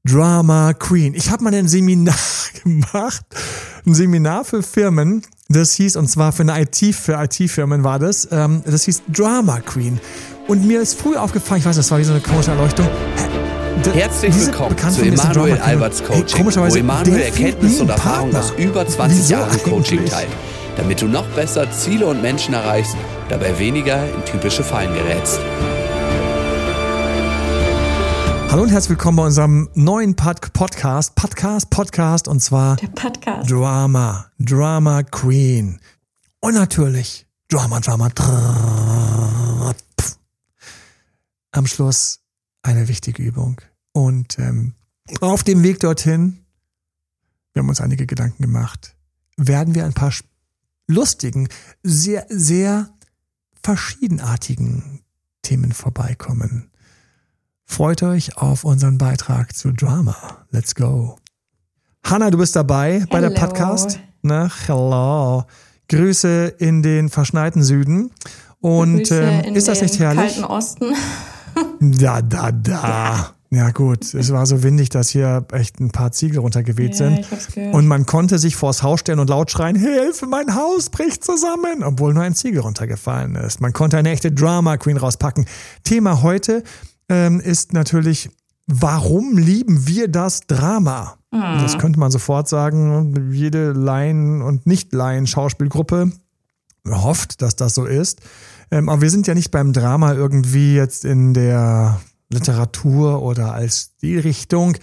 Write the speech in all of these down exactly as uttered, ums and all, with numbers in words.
Drama Queen. Ich habe mal ein Seminar gemacht, ein Seminar für Firmen, das hieß, und zwar für eine I T, für I T-Firmen war das, ähm, das hieß Drama Queen. Und mir ist früh aufgefallen, ich weiß, das war wie so eine komische Erleuchtung. Herzlich willkommen zu Emanuel Alberts Coaching, hey, wo Emanuel Erkenntnis und Erfahrung aus über zwanzig Jahren Coaching teilt, damit du noch besser Ziele und Menschen erreichst, dabei weniger in typische Fallen gerätst. Hallo und herzlich willkommen bei unserem neuen Pod- Podcast, Podcast, Podcast und zwar der Podcast. Drama, Drama Queen und natürlich Drama, Drama, Drama. Am Schluss eine wichtige Übung und ähm, auf dem Weg dorthin, wir haben uns einige Gedanken gemacht, werden wir ein paar lustigen, sehr, sehr verschiedenartigen Themen vorbeikommen. Freut euch auf unseren Beitrag zu Drama. Let's go. Hanna, du bist dabei Hello. Bei der Podcast. Na, hello. Grüße in den verschneiten Süden. Und ähm, ist das nicht herrlich? Kalten Osten. Da, da, da. Ja gut, es war so windig, dass hier echt ein paar Ziegel runtergeweht ja, sind. Ich hab's gehört. Und man konnte sich vors Haus stellen und laut schreien, Hilfe, mein Haus bricht zusammen, obwohl nur ein Ziegel runtergefallen ist. Man konnte eine echte Drama Queen rauspacken. Thema heute ähm, ist natürlich, warum lieben wir das Drama? Mhm. Das könnte man sofort sagen, jede Laien- und Nicht-Laien-Schauspielgruppe hofft, dass das so ist. Ähm, aber wir sind ja nicht beim Drama irgendwie jetzt in der Literatur oder als Stilrichtung,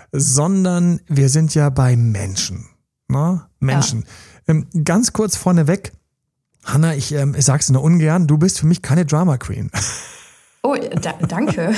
sondern wir sind ja bei Menschen. Ne? Menschen. Ja. Ähm, ganz kurz vorneweg, Hanna, ich, ähm, ich sag's nur ungern, du bist für mich keine Drama Queen. Oh, da, danke.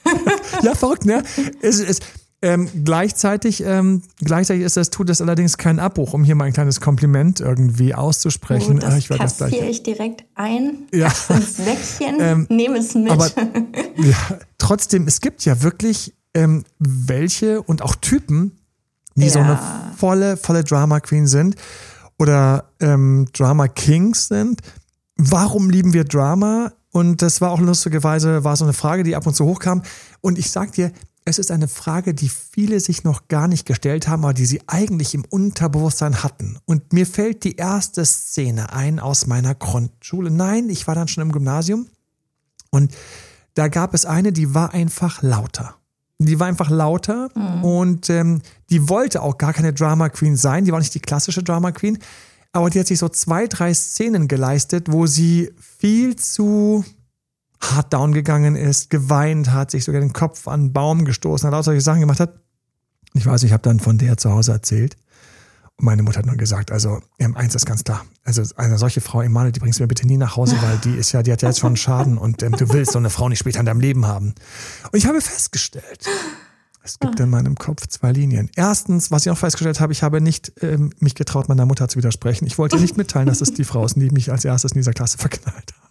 Ja, verrückt, ne? Es, es, ähm, gleichzeitig, ähm, gleichzeitig ist das, tut das allerdings keinen Abbruch, um hier mal ein kleines Kompliment irgendwie auszusprechen. Oh, das ich kassiere ich direkt ein. Ja. Ins Säckchen, ähm, nehme es mit. Aber ja, trotzdem, es gibt ja wirklich ähm, welche und auch Typen, die ja. so eine volle, volle Drama Queen sind oder ähm, Drama Kings sind. Warum lieben wir Drama? Und das war auch lustigerweise, war so eine Frage, die ab und zu hochkam. Und ich sag dir, es ist eine Frage, die viele sich noch gar nicht gestellt haben, aber die sie eigentlich im Unterbewusstsein hatten. Und mir fällt die erste Szene ein aus meiner Grundschule. Nein, ich war dann schon im Gymnasium. Und da gab es eine, die war einfach lauter. Die war einfach lauter mhm. und ähm, die wollte auch gar keine Drama Queen sein. Die war nicht die klassische Drama Queen. Aber die hat sich so zwei, drei Szenen geleistet, wo sie viel zu hart down gegangen ist, geweint hat, sich sogar den Kopf an einen Baum gestoßen hat, lauter solche Sachen gemacht hat. Ich weiß, ich habe dann von der zu Hause erzählt. Und meine Mutter hat nur gesagt, also ähm, eins ist ganz klar, also eine solche Frau, Emanuel, die bringst du mir bitte nie nach Hause, weil die ist ja, die hat ja jetzt schon einen Schaden und ähm, du willst so eine Frau nicht später in deinem Leben haben. Und ich habe festgestellt, es gibt in meinem Kopf zwei Linien. Erstens, was ich auch festgestellt habe, ich habe nicht ähm, mich getraut, meiner Mutter zu widersprechen. Ich wollte ihr nicht mitteilen, dass es die Frau ist, die mich als erstes in dieser Klasse verknallt hat.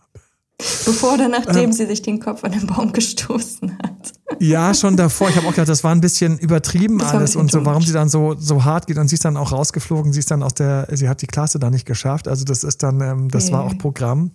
Bevor oder nachdem ähm, sie sich den Kopf an den Baum gestoßen hat. Ja, schon davor. Ich habe auch gedacht, das war ein bisschen übertrieben alles bisschen und so, warum sie dann so so hart geht. Und sie ist dann auch rausgeflogen. Sie ist dann aus der, sie hat die Klasse da nicht geschafft. Also das ist dann, ähm, das okay. war auch Programm.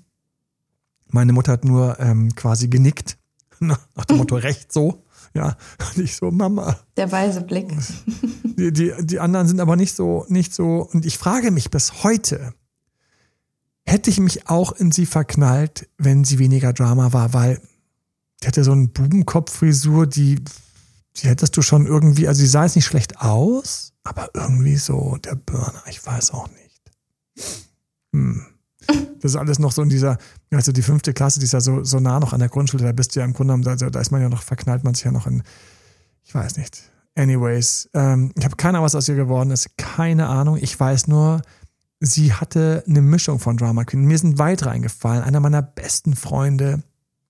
Meine Mutter hat nur ähm, quasi genickt. Nach dem Motto, recht so. Ja, und ich so, Mama. Der weise Blick. Die, die, die anderen sind aber nicht so, nicht so. Und ich frage mich bis heute, hätte ich mich auch in sie verknallt, wenn sie weniger Drama war, weil die hatte so eine Bubenkopffrisur, die, die hättest du schon irgendwie, also sie sah jetzt nicht schlecht aus, aber irgendwie so der Burner, ich weiß auch nicht. Hm. Das ist alles noch so in dieser, also die fünfte Klasse, die ist ja so, so nah noch an der Grundschule, da bist du ja im Grunde genommen, da, da ist man ja noch, verknallt man sich ja noch in, ich weiß nicht. Anyways, ähm, ich habe keine Ahnung, was aus ihr geworden ist, keine Ahnung, ich weiß nur, sie hatte eine Mischung von Drama Queen. Mir sind weitere eingefallen. Einer meiner besten Freunde,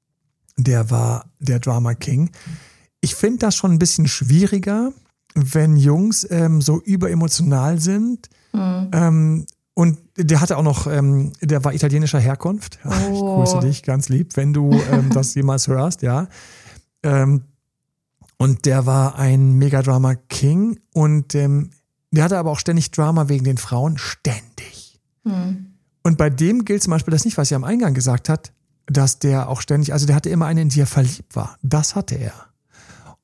der war der Drama King. Ich finde das schon ein bisschen schwieriger, wenn Jungs ähm, so überemotional sind. Mhm. Ähm, und der hatte auch noch, ähm, der war italienischer Herkunft. Oh. Ich grüße dich ganz lieb, wenn du ähm, das jemals hörst, ja. Ähm, und der war ein Mega-Drama King und ähm, der hatte aber auch ständig Drama wegen den Frauen, ständig. Hm. Und bei dem gilt zum Beispiel das nicht, was sie am Eingang gesagt hat, dass der auch ständig, also der hatte immer eine, in die er verliebt war. Das hatte er.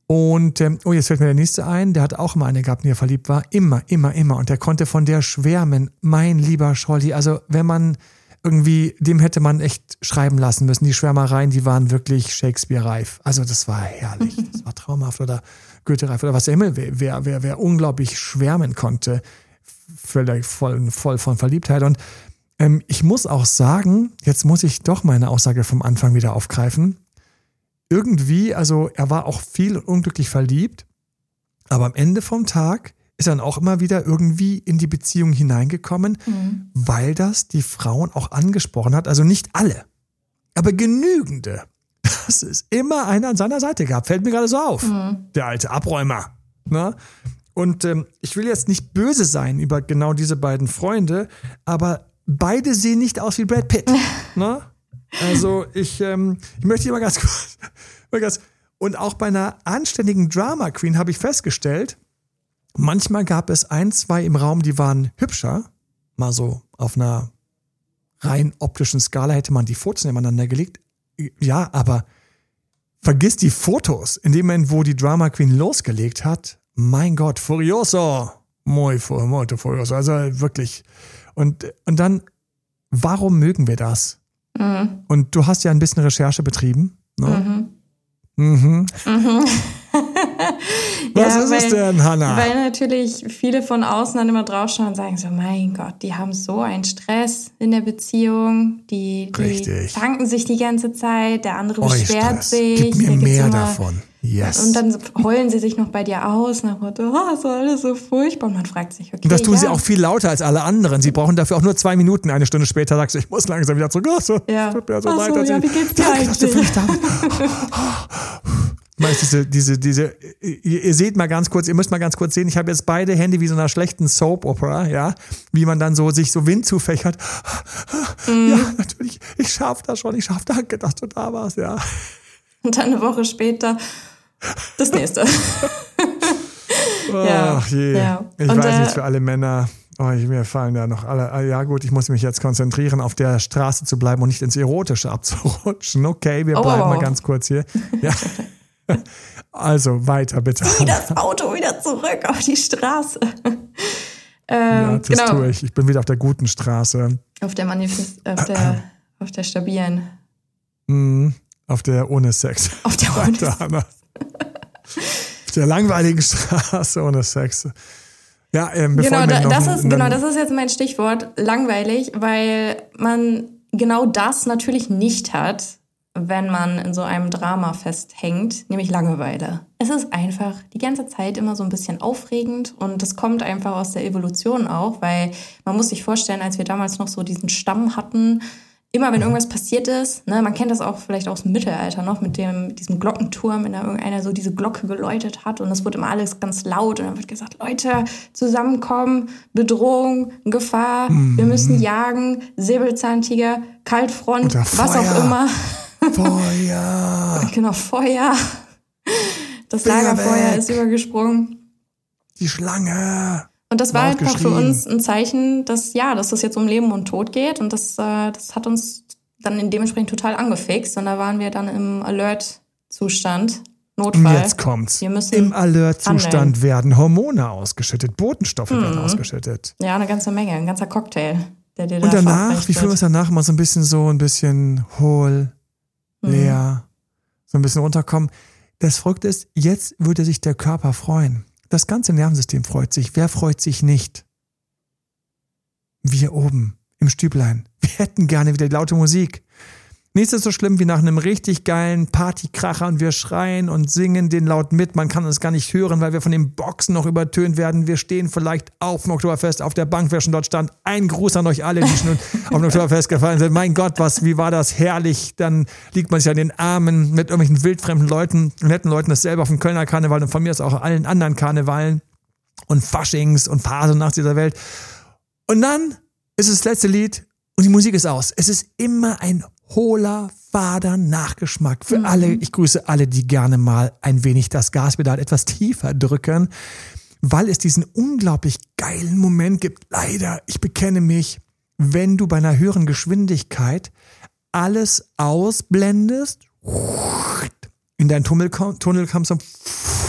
Und, ähm, oh, jetzt fällt mir der nächste ein, der hat auch immer eine gehabt, in die er verliebt war. Immer, immer, immer. Und der konnte von der schwärmen. Mein lieber Scholli. Also, wenn man irgendwie, dem hätte man echt schreiben lassen müssen. Die Schwärmereien, die waren wirklich Shakespeare-reif. Also, das war herrlich. Das war traumhaft oder Goethe-reif oder was der Himmel, wer, wer, wer unglaublich schwärmen konnte. Völlig voll, voll von Verliebtheit. Und ähm, ich muss auch sagen, jetzt muss ich doch meine Aussage vom Anfang wieder aufgreifen. Irgendwie, also er war auch viel unglücklich verliebt, aber am Ende vom Tag ist er dann auch immer wieder irgendwie in die Beziehung hineingekommen, mhm. weil das die Frauen auch angesprochen hat. Also nicht alle, aber genügende. Dass es immer einer an seiner Seite gab. Fällt mir gerade so auf. Mhm. Der alte Abräumer. Ne? Und ähm, ich will jetzt nicht böse sein über genau diese beiden Freunde, aber beide sehen nicht aus wie Brad Pitt. Ne? Also ich, ähm, ich möchte hier mal ganz kurz, mal ganz, und auch bei einer anständigen Drama Queen habe ich festgestellt, manchmal gab es ein, zwei im Raum, die waren hübscher, mal so auf einer rein optischen Skala hätte man die Fotos nebeneinander gelegt, ja, aber vergiss die Fotos, in dem Moment, wo die Drama Queen losgelegt hat, mein Gott, furioso, muy, muy furioso, also wirklich, und, und dann, warum mögen wir das? Mhm. Und du hast ja ein bisschen Recherche betrieben. Ne? Mhm. Mhm. Mhm. Was ja, ist weil, es denn, Hannah? Weil natürlich viele von außen dann immer draufschauen und sagen so, mein Gott, die haben so einen Stress in der Beziehung, die, die tanken sich die ganze Zeit, der andere Oi, beschwert Stress. sich. Gib mir da mehr immer, davon. Yes. Und dann heulen sie sich noch bei dir aus, nach Motto, oh, ist alles so furchtbar. Und man fragt sich, okay, und das tun ja. sie auch viel lauter als alle anderen. Sie brauchen dafür auch nur zwei Minuten. Eine Stunde später sagst du, ich muss langsam wieder zurück. Oh, so, ja. tut mir so Ach leid. so, ja, wie geht's dir Danke, eigentlich? dass du für mich da bist. Meinst diese, diese, diese, ihr, ihr seht mal ganz kurz, ihr müsst mal ganz kurz sehen, ich habe jetzt beide Hände wie so einer schlechten Soap-Opera, ja, wie man dann so sich so Wind zufächert. Mm. Ja, natürlich, ich schaff das schon, ich schaff, danke, dass du da warst, ja. Und dann eine Woche später das nächste. ja. Ach je, ja. ich Und, weiß äh, nicht, für alle Männer, oh, ich, mir fallen da noch alle, ja gut, ich muss mich jetzt konzentrieren, auf der Straße zu bleiben und nicht ins Erotische abzurutschen. Okay, wir oh, bleiben oh. mal ganz kurz hier. Ja. Also, weiter bitte. Zieh das Auto wieder zurück auf die Straße. ähm, ja, das genau. tue ich. Ich bin wieder auf der guten Straße. Auf der Manifest, auf der, auf der stabilen. Mm, auf der ohne Sex. Auf der ohne Sex. Auf der langweiligen Straße ohne Sex. Ja, ähm, bevor genau, wir noch das ist, einen, genau, das ist jetzt mein Stichwort, langweilig, weil man genau das natürlich nicht hat, wenn man in so einem Drama festhängt, nämlich Langeweile. Es ist einfach die ganze Zeit immer so ein bisschen aufregend und das kommt einfach aus der Evolution auch, weil man muss sich vorstellen, als wir damals noch so diesen Stamm hatten, immer wenn irgendwas passiert ist, ne, man kennt das auch vielleicht aus dem Mittelalter noch mit dem diesem Glockenturm, wenn da irgendeiner so diese Glocke geläutet hat und es wurde immer alles ganz laut und dann wird gesagt, Leute, zusammenkommen, Bedrohung, Gefahr, mm. wir müssen jagen, Säbelzahntiger, Kaltfront, was auch immer. Feuer! Genau, Feuer. Das Lagerfeuer ist übergesprungen. Die Schlange! Und das war einfach für uns ein Zeichen, dass ja, dass es jetzt um Leben und Tod geht und das, äh, das hat uns dann dementsprechend total angefixt und da waren wir dann im Alert-Zustand, Notfall. Und jetzt kommt's. Wir müssen Im Alert-Zustand handeln. werden Hormone ausgeschüttet, Botenstoffe mhm. werden ausgeschüttet. Ja, eine ganze Menge, ein ganzer Cocktail, der dir da Und danach, verabreicht wie fühlen wir es danach mal so ein bisschen so, ein bisschen hohl, leer, mhm. so ein bisschen runterkommen. Das Verrückte ist, jetzt würde sich der Körper freuen. Das ganze Nervensystem freut sich. Wer freut sich nicht? Wir oben im Stüblein. Wir hätten gerne wieder die laute Musik. Nichts ist so schlimm wie nach einem richtig geilen Partykracher und wir schreien und singen den laut mit. Man kann uns gar nicht hören, weil wir von den Boxen noch übertönt werden. Wir stehen vielleicht auf dem Oktoberfest auf der Bank, wer schon dort stand. Ein Gruß an euch alle, die schon auf dem Oktoberfest gefallen sind. Mein Gott, was, wie war das herrlich. Dann liegt man sich an den Armen mit irgendwelchen wildfremden Leuten, netten Leuten, das selber auf dem Kölner Karneval und von mir aus auch allen anderen Karnevalen und Faschings und Phasenachts dieser Welt. Und dann ist es das letzte Lied und die Musik ist aus. Es ist immer ein hohler, fader Nachgeschmack für mhm. alle. Ich grüße alle, die gerne mal ein wenig das Gaspedal etwas tiefer drücken, weil es diesen unglaublich geilen Moment gibt. Leider, ich bekenne mich, wenn du bei einer höheren Geschwindigkeit alles ausblendest, in deinen Tunnel, Tunnel kommst und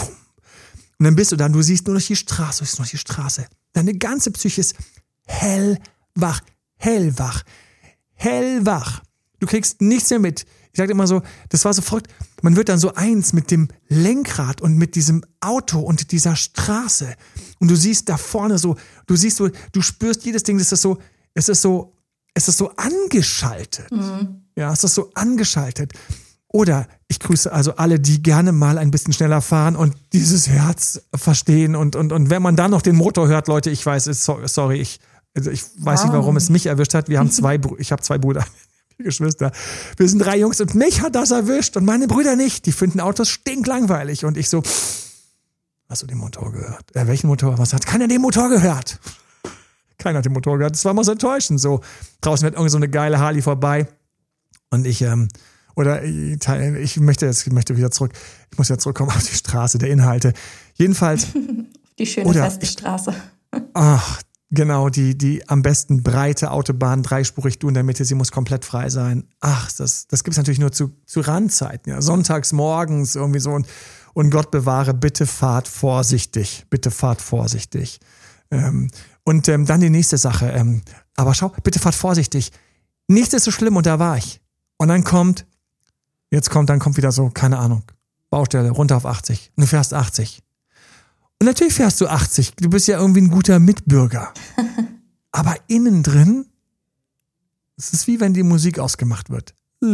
Und dann bist du da und du siehst nur noch die Straße, du siehst nur noch die Straße. Deine ganze Psyche ist hellwach, hellwach, hellwach. Du kriegst nichts mehr mit. Ich sage immer so, das war so verrückt. Man wird dann so eins mit dem Lenkrad und mit diesem Auto und dieser Straße. Und du siehst da vorne so, du siehst so, du spürst jedes Ding, das ist so, es ist so, es ist so angeschaltet. Mhm. Ja, es ist so angeschaltet. Oder ich grüße also alle, die gerne mal ein bisschen schneller fahren und dieses Herz verstehen. Und, und, und wenn man dann noch den Motor hört, Leute, ich weiß, sorry, ich, also ich weiß wow. nicht, warum es mich erwischt hat. Wir haben zwei, ich habe zwei Brüder, Geschwister. Wir sind drei Jungs und mich hat das erwischt und meine Brüder nicht. Die finden Autos stinklangweilig. Und ich so, hast du den Motor gehört? Äh, welchen Motor? Was hat keiner den Motor gehört? Keiner hat den Motor gehört. Das war mal so enttäuschend. So, draußen wird irgend so eine geile Harley vorbei. Und ich, ähm, oder ich, ich möchte jetzt, ich möchte wieder zurück, ich muss ja zurückkommen auf die Straße der Inhalte. Jedenfalls. Die schöne feste Straße. Ach, genau, die, die am besten breite Autobahn, dreispurig, du in der Mitte, sie muss komplett frei sein. Ach, das, das gibt's natürlich nur zu, zu Randzeiten, ja. Sonntags morgens irgendwie so und, und Gott bewahre, bitte fahrt vorsichtig, bitte fahrt vorsichtig. Ähm, und ähm, dann die nächste Sache, ähm, aber schau, bitte fahrt vorsichtig. Nichts ist so schlimm und da war ich. Und dann kommt, jetzt kommt, dann kommt wieder so, keine Ahnung, Baustelle, runter auf achtzig. Und du fährst achtzig. Und natürlich fährst du achtzig. Du bist ja irgendwie ein guter Mitbürger. Aber innen drin, es ist wie wenn die Musik ausgemacht wird.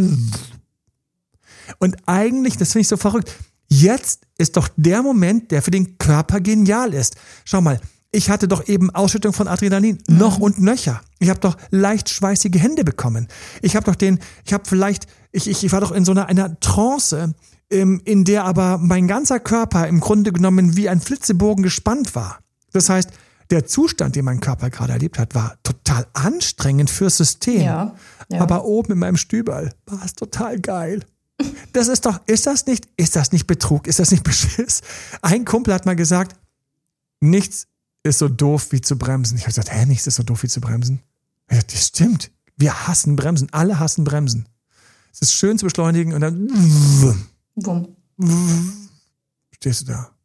Und eigentlich, das finde ich so verrückt, jetzt ist doch der Moment, der für den Körper genial ist. Schau mal, ich hatte doch eben Ausschüttung von Adrenalin, mhm. noch und nöcher. Ich habe doch leicht schweißige Hände bekommen. Ich habe doch den, ich habe vielleicht, ich, ich, ich war doch in so einer, einer Trance, ähm, in der aber mein ganzer Körper im Grunde genommen wie ein Flitzebogen gespannt war. Das heißt, der Zustand, den mein Körper gerade erlebt hat, war total anstrengend fürs System. Ja, ja. Aber oben in meinem Stüberl war es total geil. Das ist doch, ist das nicht, ist das nicht Betrug? Ist das nicht Beschiss? Ein Kumpel hat mal gesagt, nichts ist so doof wie zu bremsen. Ich habe gesagt, hä, nichts ist so doof wie zu bremsen. Ich dachte, das stimmt. Wir hassen Bremsen. Alle hassen Bremsen. Es ist schön zu beschleunigen und dann Wumm. Stehst du da.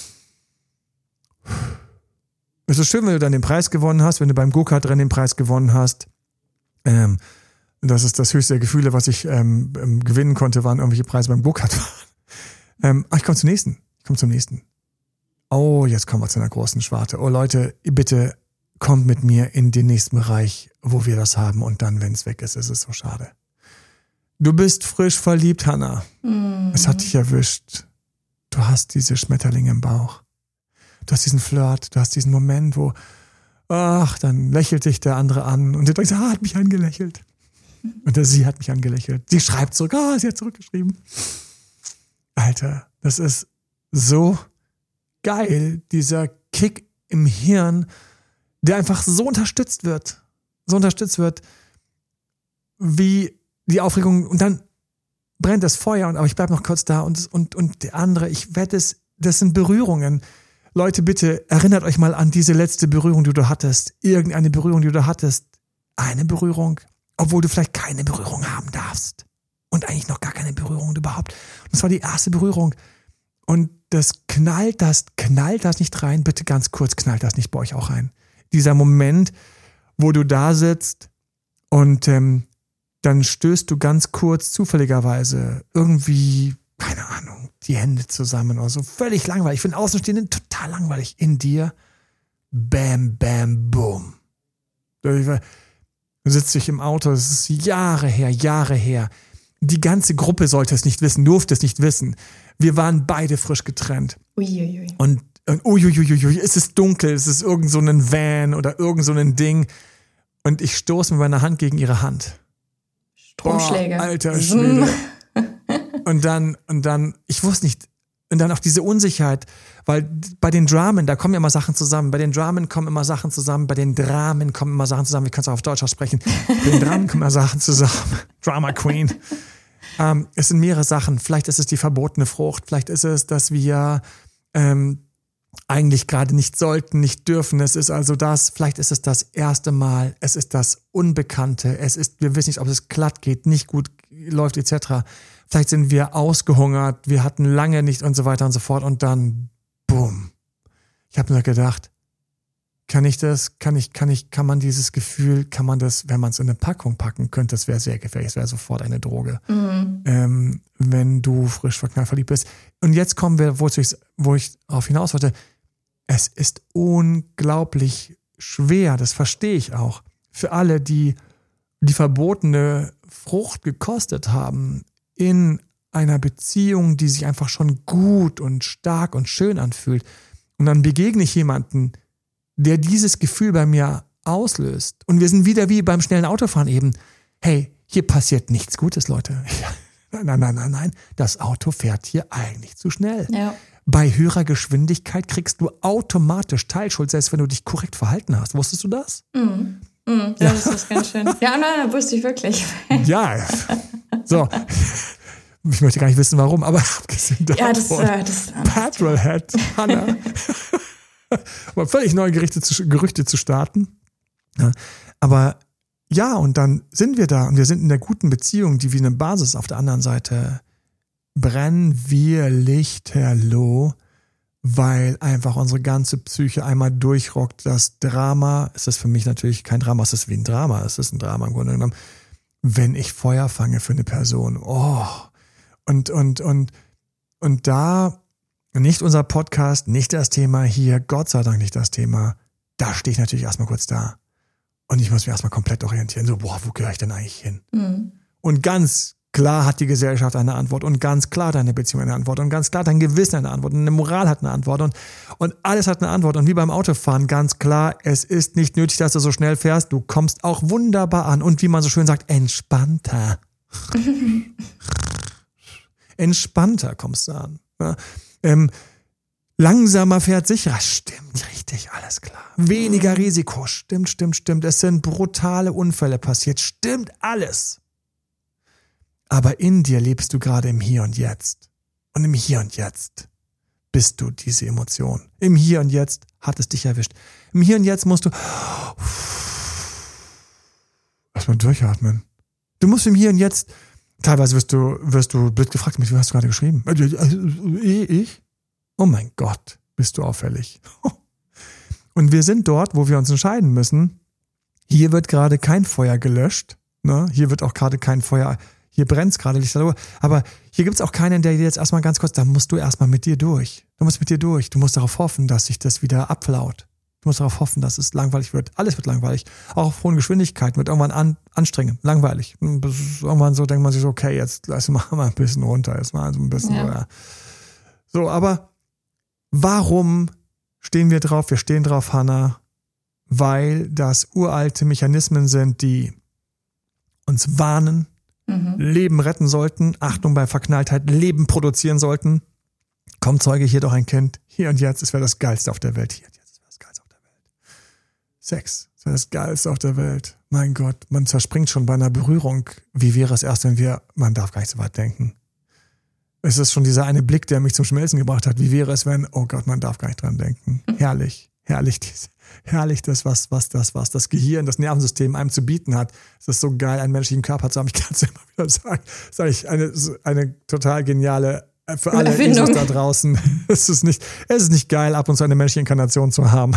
Es ist schön, wenn du dann den Preis gewonnen hast, wenn du beim Go-Kart-Rennen den Preis gewonnen hast. Ähm, das ist das höchste der Gefühle, was ich ähm, ähm, gewinnen konnte, waren irgendwelche Preise beim Go-Kart. ähm, ach, ich komme zum nächsten. Ich komme zum nächsten. Oh, jetzt kommen wir zu einer großen Schwarte. Oh Leute, bitte kommt mit mir in den nächsten Bereich, wo wir das haben. Und dann, wenn es weg ist, ist es so schade. Du bist frisch verliebt, Hannah. Mm. Es hat dich erwischt. Du hast diese Schmetterlinge im Bauch. Du hast diesen Flirt, du hast diesen Moment, wo, ach, dann lächelt dich der andere an und du denkst, ah, hat mich angelächelt. Und der sie hat mich angelächelt. Sie schreibt zurück, ah, sie hat zurückgeschrieben. Alter, das ist so geil, dieser Kick im Hirn, der einfach so unterstützt wird. So unterstützt wird, wie die Aufregung. Und dann brennt das Feuer, und aber ich bleib noch kurz da. Und, und, und der andere, ich wette, es, das sind Berührungen. Leute, bitte erinnert euch mal an diese letzte Berührung, die du hattest. Irgendeine Berührung, die du hattest. Eine Berührung, obwohl du vielleicht keine Berührung haben darfst. Und eigentlich noch gar keine Berührung überhaupt. Und das war die erste Berührung. Und das knallt das, knallt das nicht rein. Bitte ganz kurz, knallt das nicht bei euch auch rein. Dieser Moment, wo du da sitzt und ähm, dann stößt du ganz kurz zufälligerweise irgendwie, keine Ahnung, die Hände zusammen oder so. Völlig langweilig. Für den Außenstehenden total langweilig. In dir, bam, bam, boom. Du sitzt dich im Auto, das ist Jahre her, Jahre her. Die ganze Gruppe sollte es nicht wissen, durfte es nicht wissen. Wir waren beide frisch getrennt. Uiuiui. Und, und uiuiui, es ist dunkel, es ist irgend so ein Van oder irgend so ein Ding. Und ich stoße mit meiner Hand gegen ihre Hand. Stromschläge. Boah, alter Schwede. Und dann, und dann, ich wusste nicht, und dann auch diese Unsicherheit, weil bei den Dramen, da kommen ja immer Sachen zusammen. Bei den Dramen kommen immer Sachen zusammen. Bei den Dramen kommen immer Sachen zusammen. Wir können es auch auf Deutsch aussprechen. Bei den Dramen kommen immer Sachen zusammen. Drama Queen. Ähm, es sind mehrere Sachen. Vielleicht ist es die verbotene Frucht. Vielleicht ist es, dass wir ähm, eigentlich gerade nicht sollten, nicht dürfen. Es ist also das. Vielleicht ist es das erste Mal. Es ist das Unbekannte. Es ist, wir wissen nicht, ob es glatt geht, nicht gut läuft, et cetera. Vielleicht sind wir ausgehungert, wir hatten lange nicht und so weiter und so fort und dann, boom, ich habe nur gedacht, kann ich das, kann ich, kann ich, kann man dieses Gefühl, kann man das, wenn man es in eine Packung packen könnte, das wäre sehr gefährlich, das wäre sofort eine Droge. Mhm. Ähm, wenn du frisch verknallt verliebt bist. Und jetzt kommen wir, wo ich, wo ich darauf hinaus wollte, es ist unglaublich schwer, das verstehe ich auch, für alle, die die verbotene Frucht gekostet haben, in einer Beziehung, die sich einfach schon gut und stark und schön anfühlt. Und dann begegne ich jemanden, der dieses Gefühl bei mir auslöst. Und wir sind wieder wie beim schnellen Autofahren eben. Hey, hier passiert nichts Gutes, Leute. Nein, nein, nein, nein, nein. Das Auto fährt hier eigentlich zu schnell. Ja. Bei höherer Geschwindigkeit kriegst du automatisch Teilschuld, selbst wenn du dich korrekt verhalten hast. Wusstest du das? Mhm. Mhm, ja, das ist ganz schön. Ja, nein, wusste ich wirklich. Ja, so. Ich möchte gar nicht wissen, warum, aber abgesehen davon. Ja, das, äh, das Petrolhead, Hannah. Aber völlig neue Gerüchte zu, Gerüchte zu starten. Ja, aber ja, und dann sind wir da und wir sind in der guten Beziehung, die wie eine Basis. Auf der anderen Seite brennen wir lichterloh, weil einfach unsere ganze Psyche einmal durchrockt. Das Drama, es ist für mich natürlich kein Drama, es ist wie ein Drama, es ist ein Drama im Grunde genommen. Wenn ich Feuer fange für eine Person, oh, und, und, und, und da nicht unser Podcast, nicht das Thema hier, Gott sei Dank nicht das Thema, da stehe ich natürlich erstmal kurz da. Und ich muss mich erstmal komplett orientieren, so, boah, wo gehöre ich denn eigentlich hin? Mhm. Und ganz klar hat die Gesellschaft eine Antwort und ganz klar deine Beziehung eine Antwort und ganz klar dein Gewissen eine Antwort und eine Moral hat eine Antwort und, und alles hat eine Antwort. Und wie beim Autofahren, ganz klar, es ist nicht nötig, dass du so schnell fährst, du kommst auch wunderbar an und wie man so schön sagt, entspannter. Entspannter kommst du an. Ja. Ähm, langsamer fährt sicherer, stimmt, richtig, alles klar. Weniger Risiko, stimmt, stimmt, stimmt. Es sind brutale Unfälle passiert, stimmt alles. Aber in dir lebst du gerade im Hier und Jetzt. Und im Hier und Jetzt bist du diese Emotion. Im Hier und Jetzt hat es dich erwischt. Im Hier und Jetzt musst du erstmal durchatmen. Du musst im Hier und Jetzt, teilweise wirst du, wirst du blöd gefragt, mit wem hast du gerade geschrieben? Ich? Oh mein Gott, bist du auffällig. Und wir sind dort, wo wir uns entscheiden müssen. Hier wird gerade kein Feuer gelöscht. Ne? Hier wird auch gerade kein Feuer, hier brennt es gerade lichterloh. Aber hier gibt es auch keinen, der dir jetzt erstmal ganz kurz, da musst du erstmal mit dir durch. Du musst mit dir durch. Du musst darauf hoffen, dass sich das wieder abflaut. Du musst darauf hoffen, dass es langweilig wird. Alles wird langweilig. Auch auf hohen Geschwindigkeiten wird irgendwann an, anstrengend, langweilig. Irgendwann so denkt man sich so, okay, jetzt lass mal ein bisschen runter. Jetzt mal so ein bisschen. Ja. So, ja. So, aber warum stehen wir drauf? Wir stehen drauf, Hannah, weil das uralte Mechanismen sind, die uns warnen, mhm. Leben retten sollten, Achtung bei Verknalltheit, Leben produzieren sollten. Komm, zeuge hier doch ein Kind. Hier und jetzt, es wäre das Geilste auf der Welt. Hier und jetzt, es wäre das Geilste auf der Welt. Sex, es wäre das Geilste auf der Welt. Mein Gott, man zerspringt schon bei einer Berührung. Wie wäre es erst, wenn wir, man darf gar nicht so weit denken. Es ist schon dieser eine Blick, der mich zum Schmelzen gebracht hat. Wie wäre es, wenn, oh Gott, man darf gar nicht dran denken. Herrlich, herrlich, herrlich das, was, was das, was das Gehirn, das Nervensystem einem zu bieten hat. Es ist so geil, einen menschlichen Körper zu haben. Ich kann es immer wieder sagen. Das ist eigentlich eine, eine total geniale, für alle Jesus da draußen. Es ist nicht, es ist nicht geil, ab und zu eine menschliche Inkarnation zu haben.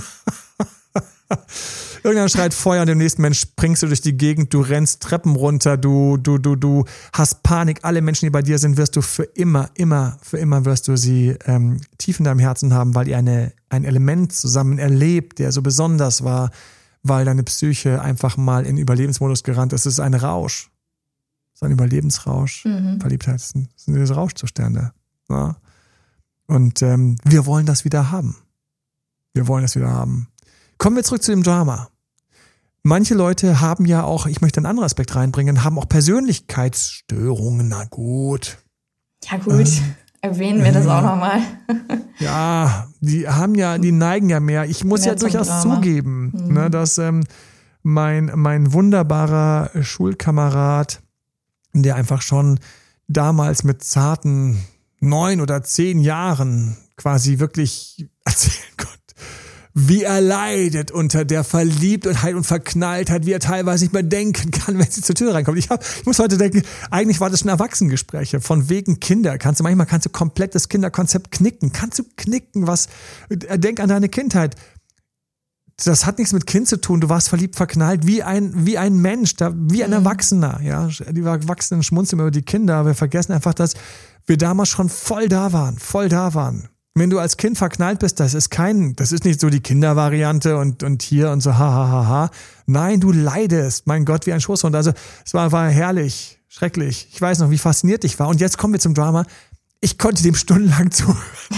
Irgendwann schreit Feuer und dem nächsten Mensch springst du durch die Gegend, du rennst Treppen runter, du, du, du, du hast Panik. Alle Menschen, die bei dir sind, wirst du für immer, immer, für immer wirst du sie ähm, tief in deinem Herzen haben, weil ihr eine, ein Element zusammen erlebt, der so besonders war, weil deine Psyche einfach mal in Überlebensmodus gerannt ist. Es ist ein Rausch. Es ist ein Überlebensrausch. Mhm. Verliebtheit sind, sind diese Rauschzustände. Ja? Und ähm, wir wollen das wieder haben. Wir wollen das wieder haben. Kommen wir zurück zu dem Drama. Manche Leute haben ja auch, ich möchte einen anderen Aspekt reinbringen, haben auch Persönlichkeitsstörungen. Na gut. Ja gut, ähm, erwähnen wir äh, das auch nochmal. Ja, die haben ja, die neigen ja mehr. Ich muss mehr ja durchaus Drama. zugeben, mhm. ne, dass ähm, mein, mein wunderbarer Schulkamerad, der einfach schon damals mit zarten neun oder zehn Jahren quasi wirklich erzählen konnte, wie er leidet unter der Verliebtheit und Verknalltheit, wie er teilweise nicht mehr denken kann, wenn sie zur Tür reinkommt. Ich, hab, ich muss heute denken, eigentlich war das schon Erwachsenengespräche, von wegen Kinder. Kannst du manchmal kannst du komplett das Kinderkonzept knicken. Kannst du knicken, was, denk an deine Kindheit. Das hat nichts mit Kind zu tun. Du warst verliebt, verknallt, wie ein, wie ein Mensch, da, wie ein Erwachsener, ja. Die Erwachsenen schmunzeln über die Kinder, aber wir vergessen einfach, dass wir damals schon voll da waren, voll da waren. Wenn du als Kind verknallt bist, das ist kein, das ist nicht so die Kindervariante und, und hier und so, ha, ha, ha, ha. Nein, du leidest, mein Gott, wie ein Schoßhund. Also, es war, war herrlich, schrecklich. Ich weiß noch, wie fasziniert ich war. Und jetzt kommen wir zum Drama. Ich konnte dem stundenlang zuhören.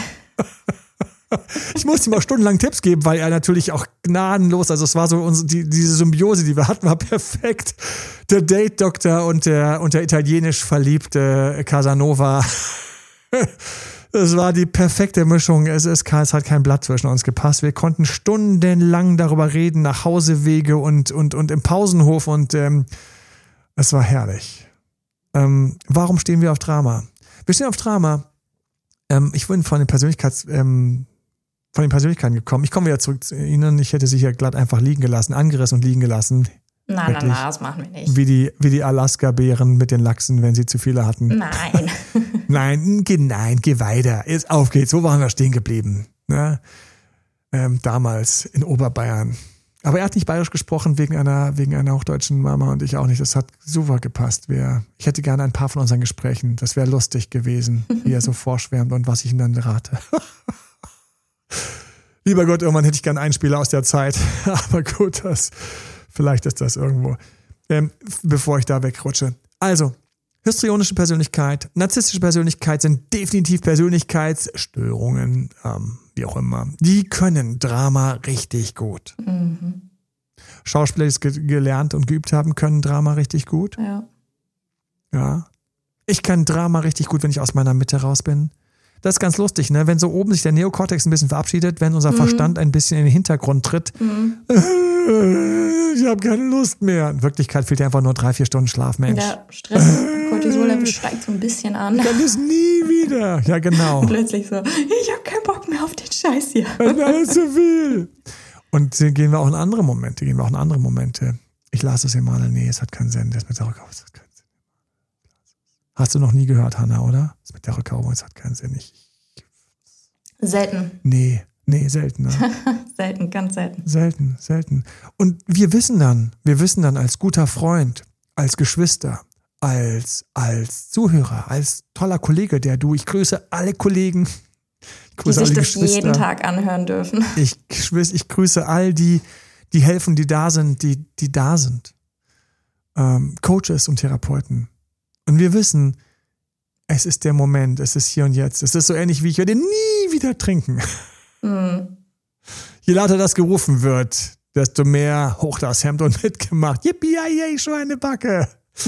Ich musste ihm auch stundenlang Tipps geben, weil er natürlich auch gnadenlos, also es war so unsere, die, diese Symbiose, die wir hatten, war perfekt. Der Date-Doktor und der, und der italienisch verliebte Casanova. Es war die perfekte Mischung. Es, ist, es hat kein Blatt zwischen uns gepasst. Wir konnten stundenlang darüber reden, nach Hausewege und, und, und im Pausenhof und ähm, es war herrlich. Ähm, warum stehen wir auf Drama? Wir stehen auf Drama. Ähm, ich bin von den Persönlichkeits... Ähm, von den Persönlichkeiten gekommen. Ich komme wieder zurück zu Ihnen. Ich hätte sie hier glatt einfach liegen gelassen, angerissen und liegen gelassen. Nein, nein, nein, das machen wir nicht. Wie die, wie die Alaska-Bären mit den Lachsen, wenn sie zu viele hatten. Nein. nein, geh, nein, geh weiter. Jetzt auf geht's. Wo waren wir stehen geblieben? Ja, ähm, damals in Oberbayern. Aber er hat nicht bayerisch gesprochen wegen einer, wegen einer hochdeutschen Mama und ich auch nicht. Das hat super gepasst. Wir, ich hätte gerne ein paar von unseren Gesprächen. Das wäre lustig gewesen, wie er so vorschwärmt und was ich ihm dann rate. Lieber Gott, irgendwann hätte ich gern einen Spieler aus der Zeit. Aber gut, das, vielleicht ist das irgendwo. Ähm, bevor ich da wegrutsche. Also, histrionische Persönlichkeit, narzisstische Persönlichkeit sind definitiv Persönlichkeitsstörungen, ähm, wie auch immer. Die können Drama richtig gut. Mhm. Schauspieler, die es ge- gelernt und geübt haben, können Drama richtig gut. Ja. Ja. Ich kann Drama richtig gut, wenn ich aus meiner Mitte raus bin. Das ist ganz lustig, ne? Wenn so oben sich der Neokortex ein bisschen verabschiedet, wenn unser mhm. Verstand ein bisschen in den Hintergrund tritt. Mhm. Ich habe keine Lust mehr. In Wirklichkeit fehlt dir einfach nur drei, vier Stunden Schlaf, Mensch. Der Stress, Cortisol steigt so ein bisschen an. Dann ist nie wieder. Ja, genau. Und plötzlich so, ich habe keinen Bock mehr auf den Scheiß hier. Das ist alles zu viel. Und äh, gehen wir auch in andere Momente, gehen wir auch in andere Momente. Ich lasse es immer, nee, es hat keinen Sinn. Das mit der Rückhaube, es hat keinen Sinn. Hast du noch nie gehört, Hanna, oder? Das mit der Rückhaube, es hat keinen Sinn. Ich, ich, selten. Nee, nee, selten. Ne? selten, ganz selten. Selten, selten. Und wir wissen dann, wir wissen dann als guter Freund, als Geschwister, als, als Zuhörer, als toller Kollege, der du, ich grüße alle Kollegen, ich grüße die sich alle das Geschwister. jeden Tag anhören dürfen. Ich, ich grüße all die, die helfen, die da sind, die, die da sind. Ähm, Coaches und Therapeuten. Und wir wissen, es ist der Moment, es ist hier und jetzt. Es ist so ähnlich wie ich werde nie wieder trinken. Mhm. Je lauter das gerufen wird, desto mehr hoch das Hemd und mitgemacht. Yippie, yay, Schweinebacke.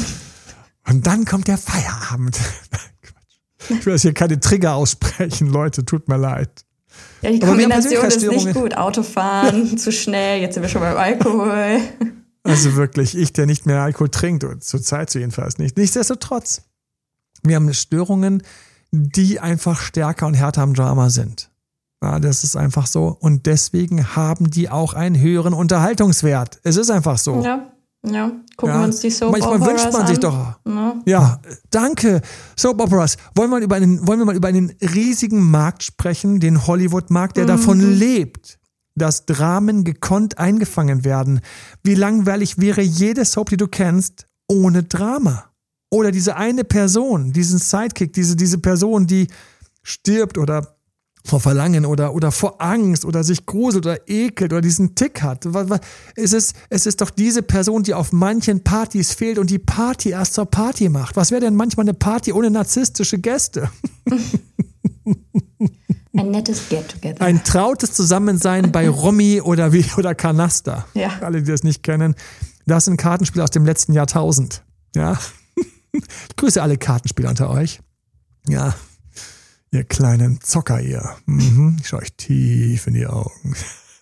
Und dann kommt der Feierabend. Ich will jetzt hier keine Trigger aussprechen, Leute, tut mir leid. Ja, die Kombination ist nicht gut. Autofahren, zu schnell, jetzt sind wir schon beim Alkohol. Also wirklich, ich, der nicht mehr Alkohol trinkt, zur Zeit jedenfalls nicht. Nichtsdestotrotz, wir haben Störungen, die einfach stärker und härter am Drama sind. Ja, das ist einfach so. Und deswegen haben die auch einen höheren Unterhaltungswert. Es ist einfach so. Ja, ja. Gucken ja. wir uns die Soap Operas an. Manchmal wünscht man sich doch. Ja. ja, danke. Soap Operas. Wollen wir, über einen, wollen wir mal über einen riesigen Markt sprechen, den Hollywood-Markt, der mhm. davon lebt, dass Dramen gekonnt eingefangen werden. Wie langweilig wäre jede Soap, die du kennst, ohne Drama? Oder diese eine Person, diesen Sidekick, diese, diese Person, die stirbt oder vor Verlangen oder, oder vor Angst oder sich gruselt oder ekelt oder diesen Tick hat. Es ist, es ist doch diese Person, die auf manchen Partys fehlt und die Party erst zur Party macht. Was wäre denn manchmal eine Party ohne narzisstische Gäste? Ein nettes Get-Together. Ein trautes Zusammensein bei Romy oder, wie, oder Canasta. Ja. Alle, die das nicht kennen. Das sind Kartenspiele aus dem letzten Jahrtausend. Ja. Ich grüße alle Kartenspieler unter euch. Ja. Ihr kleinen Zocker, ihr. Mhm. Ich schaue euch tief in die Augen.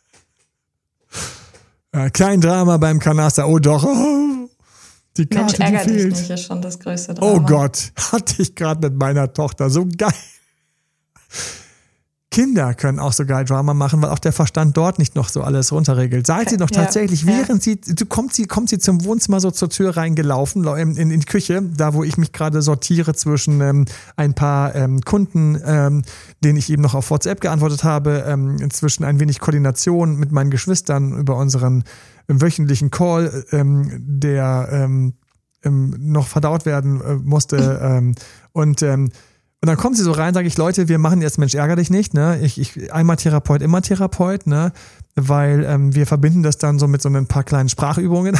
Ja, kein Drama beim Canasta. Oh doch. Oh. Die Karte, Mensch, ärgert die fehlt. dich nicht, ist schon das größte Drama. Oh Gott. Hatte ich gerade mit meiner Tochter. So geil. Kinder können auch so geil Drama machen, weil auch der Verstand dort nicht noch so alles runterregelt. Seid sie noch ja, tatsächlich, während ja. sie, du kommt sie, kommt sie zum Wohnzimmer so zur Tür reingelaufen, in, in, in die Küche, da wo ich mich gerade sortiere zwischen ähm, ein paar ähm, Kunden, ähm, denen ich eben noch auf WhatsApp geantwortet habe, ähm, zwischen ein wenig Koordination mit meinen Geschwistern über unseren ähm, wöchentlichen Call, ähm, der ähm, ähm, noch verdaut werden äh, musste ähm, und ähm, Und dann kommt sie so rein, sage ich, Leute, wir machen jetzt Mensch, ärger dich nicht, ne? Ich, ich einmal Therapeut, immer Therapeut, ne? Weil ähm, wir verbinden das dann so mit so ein paar kleinen Sprachübungen.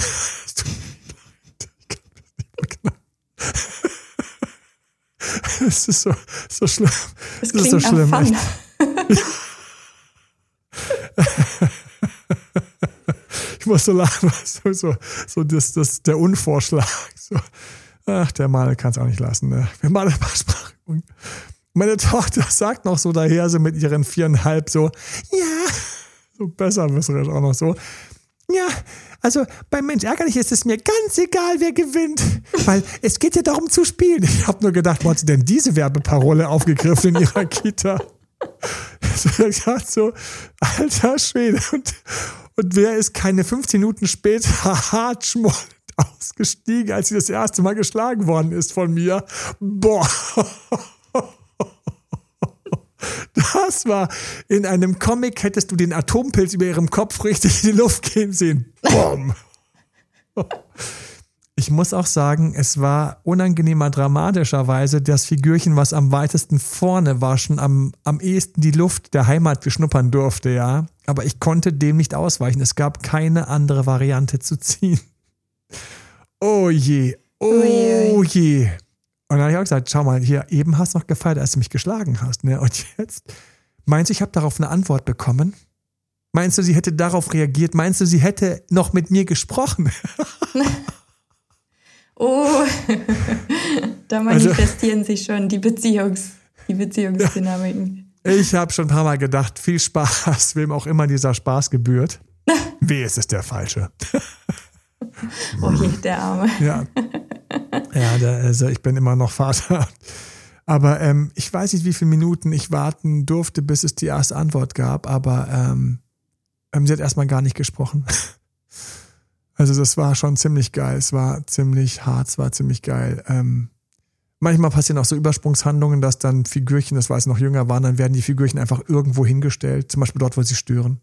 Es ist so, so schlimm. Das klingt ist so schlimm. Fun. Ich muss so lachen, so, so, so das, das, der Unvorschlag. So. Ach, der Mann kann es auch nicht lassen, ne? Wir machen ein paar Sprachübungen. Meine Tochter sagt noch so daher, so mit ihren viereinhalb, so, ja, so besserwisserisch auch noch so, ja, also beim Mensch ärgerlich ist es mir ganz egal, wer gewinnt, weil es geht ja darum zu spielen. Ich habe nur gedacht, wo hat sie denn diese Werbeparole aufgegriffen in ihrer Kita? Ich dachte so, alter Schwede. Und, und wer ist keine fünfzehn Minuten später hart schmollend ausgestiegen, als sie das erste Mal geschlagen worden ist von mir? Boah. Das war, in einem Comic hättest du den Atompilz über ihrem Kopf richtig in die Luft gehen sehen. Boom. Ich muss auch sagen, es war unangenehmer dramatischerweise das Figürchen, was am weitesten vorne war, schon am, am ehesten die Luft der Heimat beschnuppern durfte, ja. Aber ich konnte dem nicht ausweichen. Es gab keine andere Variante zu ziehen. Oh je, oh je. Und dann habe ich auch gesagt, schau mal, hier, eben hast du noch gefeiert, als du mich geschlagen hast. Ne? Und jetzt, meinst du, ich habe darauf eine Antwort bekommen? Meinst du, sie hätte darauf reagiert? Meinst du, sie hätte noch mit mir gesprochen? Oh, da manifestieren also, sich schon die Beziehungs, die Beziehungsdynamiken. Ich habe schon ein paar Mal gedacht, viel Spaß, wem auch immer dieser Spaß gebührt. Weh, ist es der Falsche. Oh je, der Arme. Ja, ja der, also ich bin immer noch Vater. Aber ähm, ich weiß nicht, wie viele Minuten ich warten durfte, bis es die erste Antwort gab. Aber ähm, ähm, sie hat erstmal gar nicht gesprochen. Also das war schon ziemlich geil. Es war ziemlich hart, es war ziemlich geil. Ähm, manchmal passieren auch so Übersprungshandlungen, dass dann Figürchen, das war es noch jünger waren, dann werden die Figürchen einfach irgendwo hingestellt. Zum Beispiel dort, wo sie stören.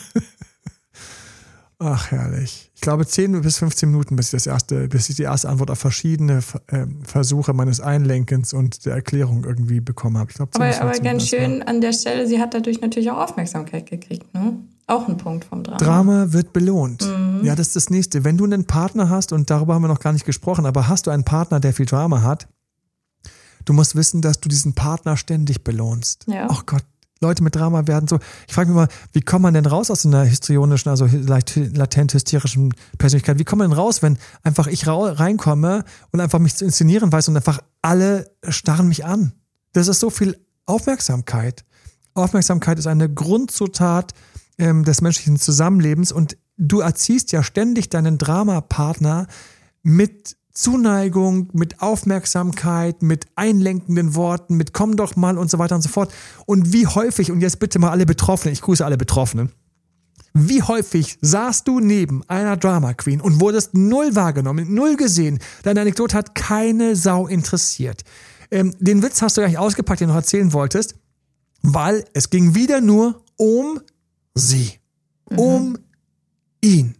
Ach, herrlich. Ich glaube, zehn bis fünfzehn Minuten, bis ich das erste, bis ich die erste Antwort auf verschiedene äh, Versuche meines Einlenkens und der Erklärung irgendwie bekommen habe. Ich glaube, aber aber ganz schön an der Stelle, sie hat dadurch natürlich auch Aufmerksamkeit gekriegt, ne? Auch ein Punkt vom Drama. Drama wird belohnt. Mhm. Ja, das ist das Nächste. Wenn du einen Partner hast, und darüber haben wir noch gar nicht gesprochen, aber hast du einen Partner, der viel Drama hat, du musst wissen, dass du diesen Partner ständig belohnst. Ja. Ach Gott. Leute mit Drama werden so, ich frage mich mal, wie kommt man denn raus aus einer histrionischen, also leicht latent hysterischen Persönlichkeit? Wie kommt man denn raus, wenn einfach ich reinkomme und einfach mich zu inszenieren weiß und einfach alle starren mich an? Das ist so viel Aufmerksamkeit. Aufmerksamkeit ist eine Grundzutat ähm, des menschlichen Zusammenlebens und du erziehst ja ständig deinen Dramapartner mit Zuneigung, mit Aufmerksamkeit, mit einlenkenden Worten, mit komm doch mal und so weiter und so fort. Und wie häufig, und jetzt bitte mal alle Betroffenen, ich grüße alle Betroffenen, wie häufig saßt du neben einer Drama Queen und wurdest null wahrgenommen, null gesehen, deine Anekdote hat keine Sau interessiert. Ähm, den Witz hast du gleich ausgepackt, den du noch erzählen wolltest, weil es ging wieder nur um sie, mhm. um ihn.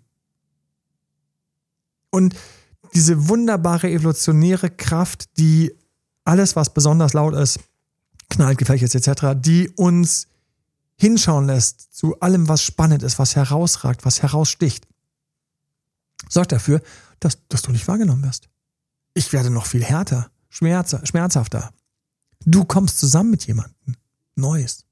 Und diese wunderbare evolutionäre Kraft, die alles, was besonders laut ist, knallt, gefährlich ist et cetera, die uns hinschauen lässt zu allem, was spannend ist, was herausragt, was heraussticht, sorgt dafür, dass, dass du nicht wahrgenommen wirst. Ich werde noch viel härter, schmerz, schmerzhafter. Du kommst zusammen mit jemandem Neues.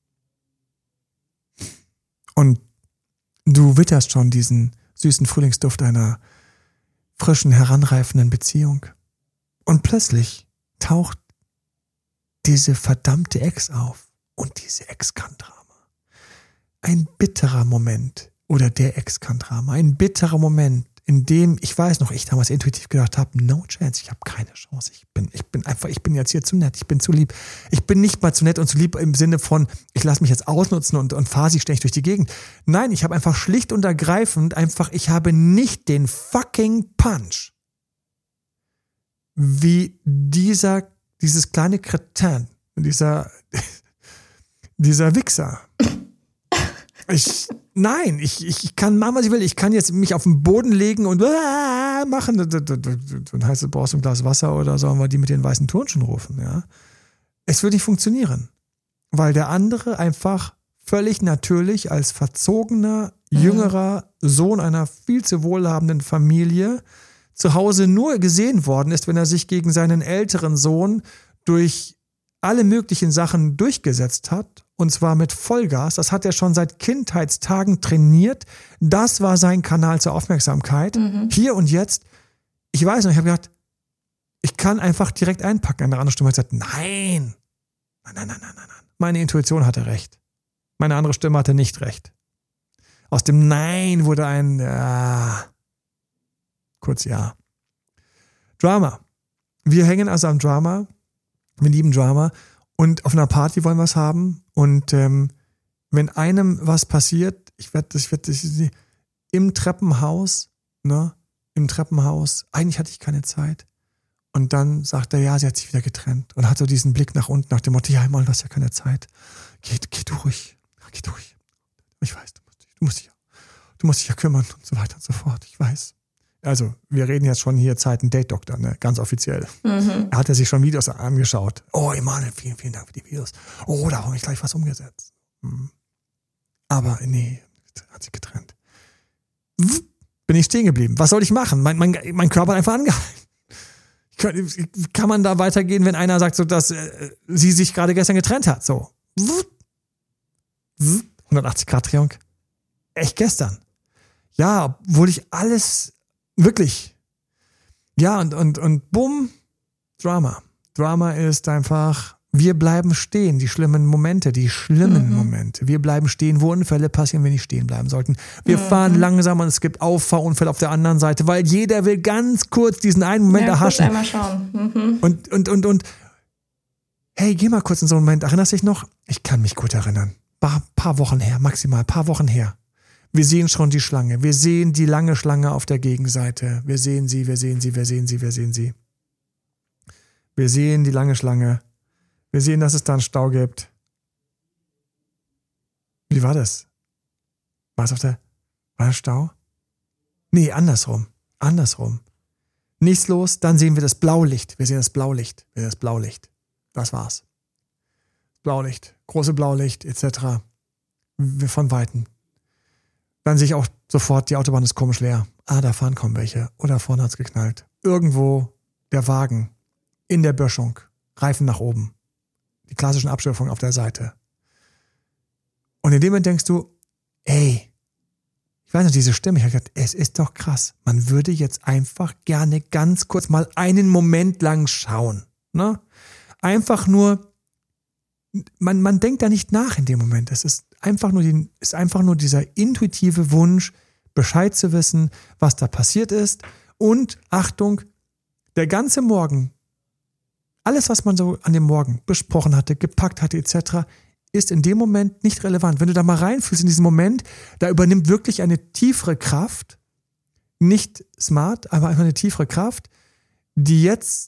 Und du witterst schon diesen süßen Frühlingsduft einer frischen, heranreifenden Beziehung. Und plötzlich taucht diese verdammte Ex auf. Und diese Ex kann Drama. Ein bitterer Moment, oder der Ex kann Drama, ein bitterer Moment in dem, ich weiß noch, ich damals intuitiv gedacht habe, no chance, ich habe keine Chance. Ich bin, ich bin einfach, ich bin jetzt hier zu nett, ich bin zu lieb. Ich bin nicht mal zu nett und zu lieb im Sinne von, ich lasse mich jetzt ausnutzen und, und fahre sie ständig durch die Gegend. Nein, ich habe einfach schlicht und ergreifend einfach, ich habe nicht den fucking Punch, wie dieser, dieses kleine Kretin, dieser, dieser Wichser. Ich, nein, ich, ich kann machen, was ich will. Ich kann jetzt mich auf den Boden legen und äh, machen. Dann heißt es, brauchst du ein Glas Wasser oder sollen wir die mit den weißen Turnschuhen rufen? Ja? Es wird nicht funktionieren, weil der andere einfach völlig natürlich als verzogener, jüngerer Sohn einer viel zu wohlhabenden Familie zu Hause nur gesehen worden ist, wenn er sich gegen seinen älteren Sohn durch alle möglichen Sachen durchgesetzt hat. Und zwar mit Vollgas. Das hat er schon seit Kindheitstagen trainiert. Das war sein Kanal zur Aufmerksamkeit. Mhm. Hier und jetzt. Ich weiß noch, ich habe gedacht, ich kann einfach direkt einpacken. Eine andere Stimme hat gesagt, nein. Nein, nein, nein, nein, nein. Meine Intuition hatte recht. Meine andere Stimme hatte nicht recht. Aus dem Nein wurde ein ja. Kurz ja. Drama. Wir hängen also am Drama. Wir lieben Drama. Und auf einer Party wollen wir es haben. Und ähm, wenn einem was passiert, ich werde das, ich werde das im Treppenhaus, ne, im Treppenhaus, eigentlich hatte ich keine Zeit. Und dann sagt er, ja, sie hat sich wieder getrennt. Und hat so diesen Blick nach unten, nach dem Motto, ja, mal, du hast ja keine Zeit. Geh, geh durch, geh durch. Ich weiß, du musst dich, du musst dich, du musst dich ja kümmern und so weiter und so fort. Ich weiß. Also, wir reden jetzt schon hier Zeiten Date-Doktor, ne? Ganz offiziell. Mhm. Er hat er sich schon Videos angeschaut. Oh, Emanuel, vielen, vielen Dank für die Videos. Oh, da habe ich gleich was umgesetzt. Hm. Aber nee, hat sich getrennt. Bin ich stehen geblieben. Was soll ich machen? Mein, mein, mein Körper hat einfach angehalten. Kann man da weitergehen, wenn einer sagt, so, dass äh, sie sich gerade gestern getrennt hat? So. hundertachtzig Grad Drehung. Echt gestern. Ja, obwohl ich alles wirklich. Ja, und, und, und bumm, Drama. Drama ist einfach, wir bleiben stehen, die schlimmen Momente, die schlimmen mhm. Momente. Wir bleiben stehen, wo Unfälle passieren, wenn die stehen bleiben sollten. Wir mhm. fahren langsam und es gibt Auffahrunfälle auf der anderen Seite, weil jeder will ganz kurz diesen einen Moment ja, erhaschen. Kurz einmal schauen. Mhm. Und, und, und, und, hey, geh mal kurz in so einen Moment. Erinnerst du dich noch? Ich kann mich gut erinnern. Paar, paar Wochen her, maximal, paar Wochen her. Wir sehen schon die Schlange. Wir sehen die lange Schlange auf der Gegenseite. Wir sehen sie, wir sehen sie, wir sehen sie, wir sehen sie. Wir sehen die lange Schlange. Wir sehen, dass es da einen Stau gibt. Wie war das? War es auf der... War das Stau? Nee, andersrum. Andersrum. Nichts los, dann sehen wir das Blaulicht. Wir sehen das Blaulicht. Wir sehen das Blaulicht. Das war's. Blaulicht. Große Blaulicht, et cetera. Wir von Weitem. Dann sehe ich auch sofort, die Autobahn ist komisch leer. Ah, da fahren kaum welche. Oder vorne hat's geknallt. Irgendwo der Wagen in der Böschung. Reifen nach oben. Die klassischen Abstufungen auf der Seite. Und in dem Moment denkst du, ey, ich weiß noch, diese Stimme, ich habe gedacht, es ist doch krass. Man würde jetzt einfach gerne ganz kurz mal einen Moment lang schauen. Ne? Einfach nur, man, man denkt da nicht nach in dem Moment. Es ist einfach nur, die, ist einfach nur dieser intuitive Wunsch, Bescheid zu wissen, was da passiert ist. Und Achtung, der ganze Morgen, alles, was man so an dem Morgen besprochen hatte, gepackt hatte, et cetera, ist in dem Moment nicht relevant. Wenn du da mal reinfühlst in diesen Moment, da übernimmt wirklich eine tiefere Kraft, nicht smart, aber einfach eine tiefere Kraft, die jetzt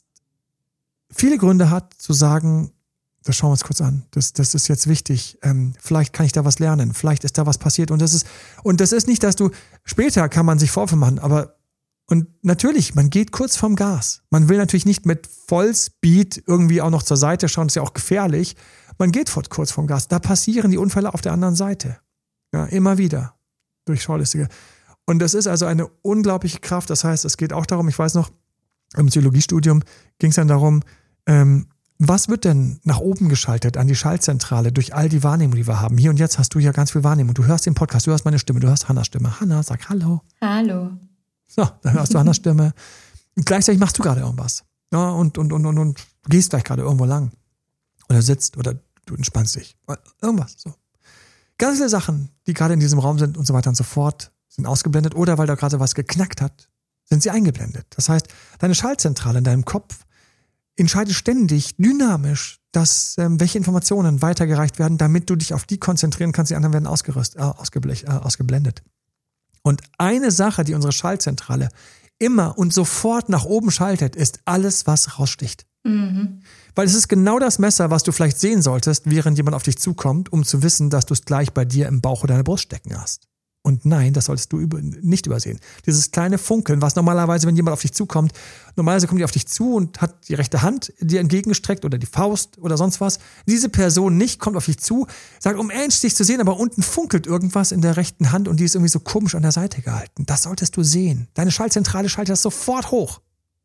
viele Gründe hat zu sagen, das schauen wir uns kurz an, das, das ist jetzt wichtig, ähm, vielleicht kann ich da was lernen, vielleicht ist da was passiert und das ist, und das ist nicht, dass du, später kann man sich Vorwürfe machen, aber und natürlich, man geht kurz vorm Gas. Man will natürlich nicht mit Vollspeed irgendwie auch noch zur Seite schauen, das ist ja auch gefährlich. Man geht kurz vorm Gas. Da passieren die Unfälle auf der anderen Seite. Ja, immer wieder. Durch Schaulistige. Und das ist also eine unglaubliche Kraft. Das heißt, es geht auch darum, ich weiß noch, im Psychologiestudium ging es dann darum, ähm, was wird denn nach oben geschaltet an die Schaltzentrale durch all die Wahrnehmung, die wir haben? Hier und jetzt hast du ja ganz viel Wahrnehmung. Du hörst den Podcast, du hörst meine Stimme, du hörst Hannas Stimme. Hanna, sag Hallo. Hallo. So, dann hörst du Hannas Stimme. Und gleichzeitig machst du gerade irgendwas. Ja, und, und, und, und, und du gehst vielleicht gerade irgendwo lang. Oder sitzt oder du entspannst dich. Irgendwas. So. Ganz viele Sachen, die gerade in diesem Raum sind und so weiter und so fort. sind ausgeblendet, oder weil da gerade was geknackt hat, sind sie eingeblendet. Das heißt, deine Schaltzentrale in deinem Kopf entscheidet ständig, dynamisch, dass ähm, welche Informationen weitergereicht werden, damit du dich auf die konzentrieren kannst, die anderen werden ausgerüstet, äh, ausgeblech, äh, ausgeblendet. Und eine Sache, die unsere Schaltzentrale immer und sofort nach oben schaltet, ist alles, was raussticht. Mhm. Weil es ist genau das Messer, was du vielleicht sehen solltest, während jemand auf dich zukommt, um zu wissen, dass du es gleich bei dir im Bauch oder in der Brust stecken hast. Und nein, das solltest du über, nicht übersehen. Dieses kleine Funkeln, was normalerweise, wenn jemand auf dich zukommt, normalerweise kommt die auf dich zu und hat die rechte Hand dir entgegengestreckt oder die Faust oder sonst was. Diese Person nicht, kommt auf dich zu, sagt, um endlich dich zu sehen, aber unten funkelt irgendwas in der rechten Hand und die ist irgendwie so komisch an der Seite gehalten. Das solltest du sehen. Deine Schaltzentrale schaltet das sofort hoch.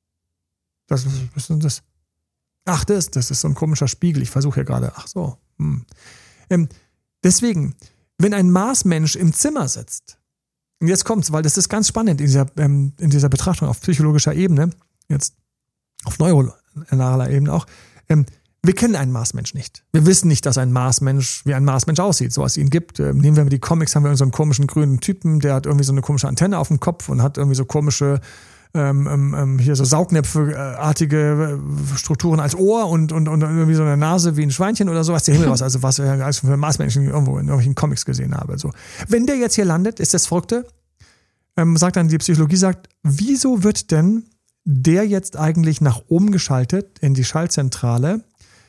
Das ist das. Ach, das, das ist so ein komischer Spiegel. Ich versuche ja gerade, ach so. Hm. Ähm, deswegen, wenn ein Marsmensch im Zimmer sitzt, und jetzt kommt's, weil das ist ganz spannend in dieser, ähm, in dieser Betrachtung auf psychologischer Ebene, jetzt auf neuronaler Ebene auch, ähm, wir kennen einen Marsmensch nicht. Wir wissen nicht, dass ein Marsmensch wie ein Marsmensch aussieht, so was es ihn gibt. Ähm, nehmen wir mal die Comics, haben wir so einen komischen grünen Typen, der hat irgendwie so eine komische Antenne auf dem Kopf und hat irgendwie so komische Ähm, ähm, hier so Saugnäpfe-artige Strukturen als Ohr und, und, und irgendwie so eine Nase wie ein Schweinchen oder sowas. Der Himmel was, also was ich als für Marsmenschen irgendwo in irgendwelchen Comics gesehen habe. So. Wenn der jetzt hier landet, ist das Verrückte, ähm, sagt dann die Psychologie, sagt, wieso wird denn der jetzt eigentlich nach oben geschaltet in die Schaltzentrale?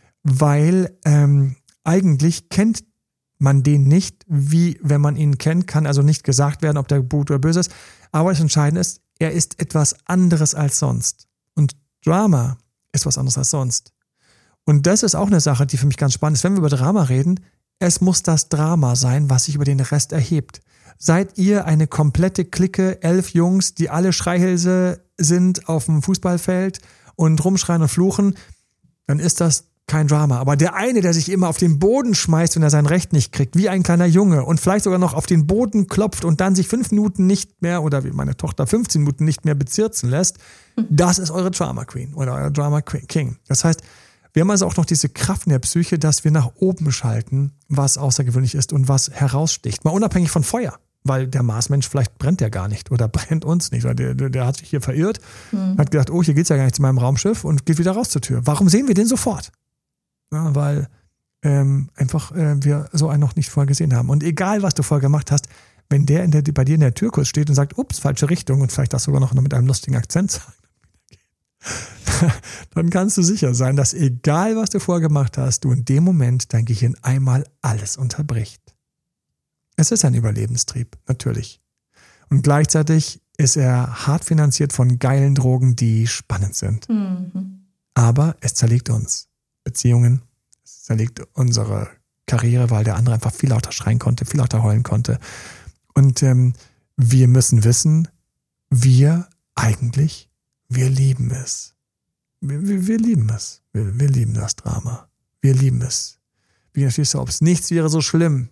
Weil ähm, eigentlich kennt man den nicht, wie wenn man ihn kennt, kann also nicht gesagt werden, ob der gut oder böse ist. Aber das Entscheidende ist, er ist etwas anderes als sonst. Und Drama ist was anderes als sonst. Und das ist auch eine Sache, die für mich ganz spannend ist. Wenn wir über Drama reden, es muss das Drama sein, was sich über den Rest erhebt. Seid ihr eine komplette Clique, elf Jungs, die alle Schreihälse sind auf dem Fußballfeld und rumschreien und fluchen, dann ist das kein Drama. Aber der eine, der sich immer auf den Boden schmeißt, wenn er sein Recht nicht kriegt, wie ein kleiner Junge und vielleicht sogar noch auf den Boden klopft und dann sich fünf Minuten nicht mehr, oder wie meine Tochter fünfzehn Minuten nicht mehr bezirzen lässt, das ist eure Drama Queen oder euer Drama King. Das heißt, wir haben also auch noch diese Kraft in der Psyche, dass wir nach oben schalten, was außergewöhnlich ist und was heraussticht. Mal unabhängig von Feuer. Weil der Marsmensch, vielleicht brennt der gar nicht oder brennt uns nicht. Der, der, der hat sich hier verirrt, mhm. hat gedacht, oh, hier geht's ja gar nicht zu meinem Raumschiff und geht wieder raus zur Tür. Warum sehen wir den sofort? Ja, weil ähm, einfach äh, wir so einen noch nicht vorher gesehen haben. Und egal, was du vorher gemacht hast, wenn der, in der bei dir in der Tür kurz steht und sagt, ups, falsche Richtung und vielleicht das sogar noch mit einem lustigen Akzent sagt, dann kannst du sicher sein, dass egal, was du vorher gemacht hast, du in dem Moment dein Gehirn einmal alles unterbricht. Es ist ein Überlebenstrieb, natürlich. Und gleichzeitig ist er hart finanziert von geilen Drogen, die spannend sind. Mhm. Aber es zerlegt uns. Beziehungen, es zerlegt unsere Karriere, weil der andere einfach viel lauter schreien konnte, viel lauter heulen konnte. Und ähm, wir müssen wissen, wir eigentlich, wir lieben es. Wir, wir, wir lieben es. Wir, wir lieben das Drama. Wir lieben es. Wie natürlich so, ob es nichts wäre so schlimm,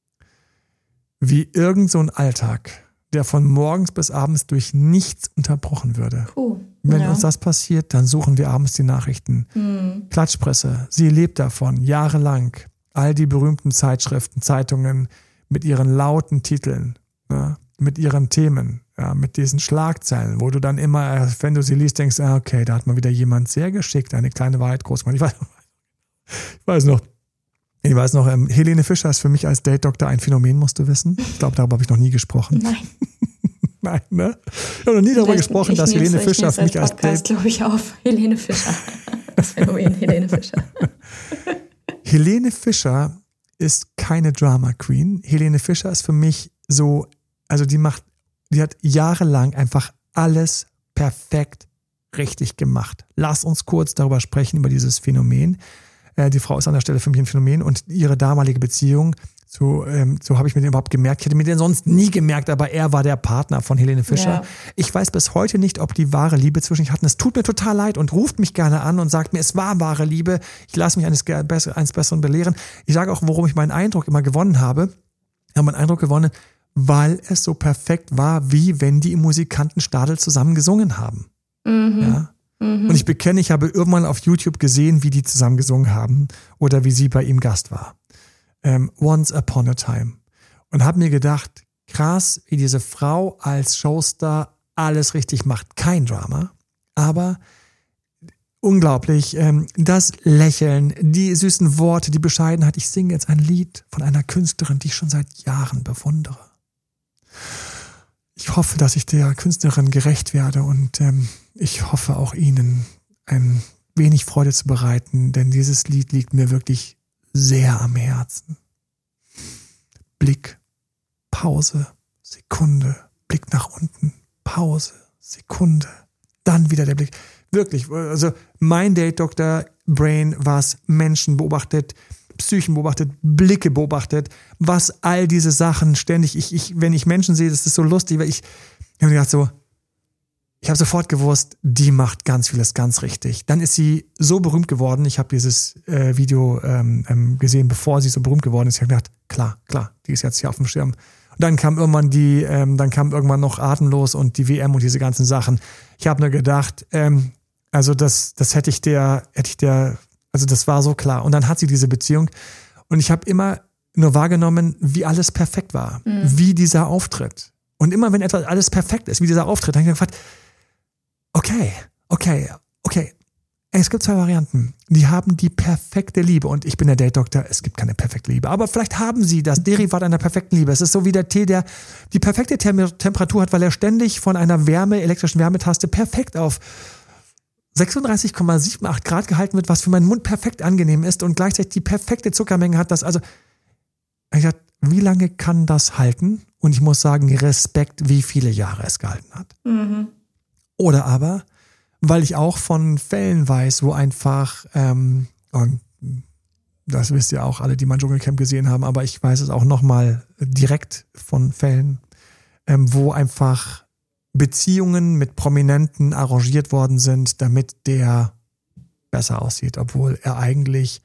wie irgend so ein Alltag, der von morgens bis abends durch nichts unterbrochen würde. Puh, Wenn ja. uns das passiert, dann suchen wir abends die Nachrichten. Hm. Klatschpresse, sie lebt davon, jahrelang. All die berühmten Zeitschriften, Zeitungen mit ihren lauten Titeln, ja, mit ihren Themen, ja, mit diesen Schlagzeilen, wo du dann immer, wenn du sie liest, denkst, ah, okay, da hat mal wieder jemand sehr geschickt eine kleine Wahrheit groß gemacht. Ich weiß, ich weiß noch, Ich weiß noch, ähm, Helene Fischer ist für mich als Date-Doktor ein Phänomen, musst du wissen. Ich glaube, darüber habe ich noch nie gesprochen. Nein. Nein, ne? Ich habe noch nie darüber ich, gesprochen, ich dass Helene es, Fischer für mich als Date... glaube ich, auf Helene Fischer. Das Phänomen Helene Fischer. Helene Fischer ist keine Drama Queen. Helene Fischer ist für mich so, also die macht, die hat jahrelang einfach alles perfekt richtig gemacht. Lass uns kurz darüber sprechen, über dieses Phänomen. Die Frau ist an der Stelle für mich ein Phänomen und ihre damalige Beziehung, so, ähm, so habe ich mir den überhaupt gemerkt. Ich hätte mir den sonst nie gemerkt, aber er war der Partner von Helene Fischer. Ja. Ich weiß bis heute nicht, ob die wahre Liebe zwischen sich hatten. Es tut mir total leid und ruft mich gerne an und sagt mir, es war wahre Liebe. Ich lasse mich eines, eines Besseren belehren. Ich sage auch, worum ich meinen Eindruck immer gewonnen habe. Ich habe meinen Eindruck gewonnen, weil es so perfekt war, wie wenn die im Musikantenstadel zusammen gesungen haben. Mhm. Ja. Und ich bekenne, ich habe irgendwann auf YouTube gesehen, wie die zusammen gesungen haben oder wie sie bei ihm Gast war. Ähm, Once Upon a Time. Und habe mir gedacht, krass, wie diese Frau als Showstar alles richtig macht. Kein Drama, aber unglaublich. Ähm, das Lächeln, die süßen Worte, die Bescheidenheit. Ich singe jetzt ein Lied von einer Künstlerin, die ich schon seit Jahren bewundere. Ich hoffe, dass ich der Künstlerin gerecht werde und ähm, ich hoffe auch Ihnen ein wenig Freude zu bereiten, denn dieses Lied liegt mir wirklich sehr am Herzen. Blick, Pause, Sekunde, Blick nach unten, Pause, Sekunde, dann wieder der Blick. Wirklich, also mein Date-Doktor Brain, was Menschen beobachtet, Psychen beobachtet, Blicke beobachtet, was all diese Sachen ständig, ich, ich, wenn ich Menschen sehe, das ist so lustig, weil ich, ich habe gedacht so, ich habe sofort gewusst, die macht ganz vieles ganz richtig. Dann ist sie so berühmt geworden, ich habe dieses äh, Video ähm, gesehen, bevor sie so berühmt geworden ist, ich habe gedacht, klar, klar, die ist jetzt hier auf dem Schirm. Und dann kam irgendwann die, ähm, dann kam irgendwann noch Atemlos und die W M und diese ganzen Sachen. Ich habe nur gedacht, ähm, also das, das hätte ich der, hätte ich der, also das war so klar. Und dann hat sie diese Beziehung und ich habe immer nur wahrgenommen, wie alles perfekt war, mhm. wie dieser Auftritt. Und immer wenn etwas alles perfekt ist, wie dieser Auftritt, dann habe ich gefragt, okay, okay, okay. Es gibt zwei Varianten. Die haben die perfekte Liebe und ich bin der Date-Doktor, es gibt keine perfekte Liebe. Aber vielleicht haben sie das Derivat einer perfekten Liebe. Es ist so wie der Tee, der die perfekte Tem- Temperatur hat, weil er ständig von einer Wärme, elektrischen Wärmetaste perfekt auf sechsunddreißig Komma achtundsiebzig Grad gehalten wird, was für meinen Mund perfekt angenehm ist und gleichzeitig die perfekte Zuckermenge hat. Das also, ich dachte, wie lange kann das halten? Und ich muss sagen, Respekt, wie viele Jahre es gehalten hat. Mhm. Oder aber, weil ich auch von Fällen weiß, wo einfach, ähm, und das wisst ihr auch alle, die mein Dschungelcamp gesehen haben, aber ich weiß es auch nochmal direkt von Fällen, ähm, wo einfach Beziehungen mit Prominenten arrangiert worden sind, damit der besser aussieht, obwohl er eigentlich,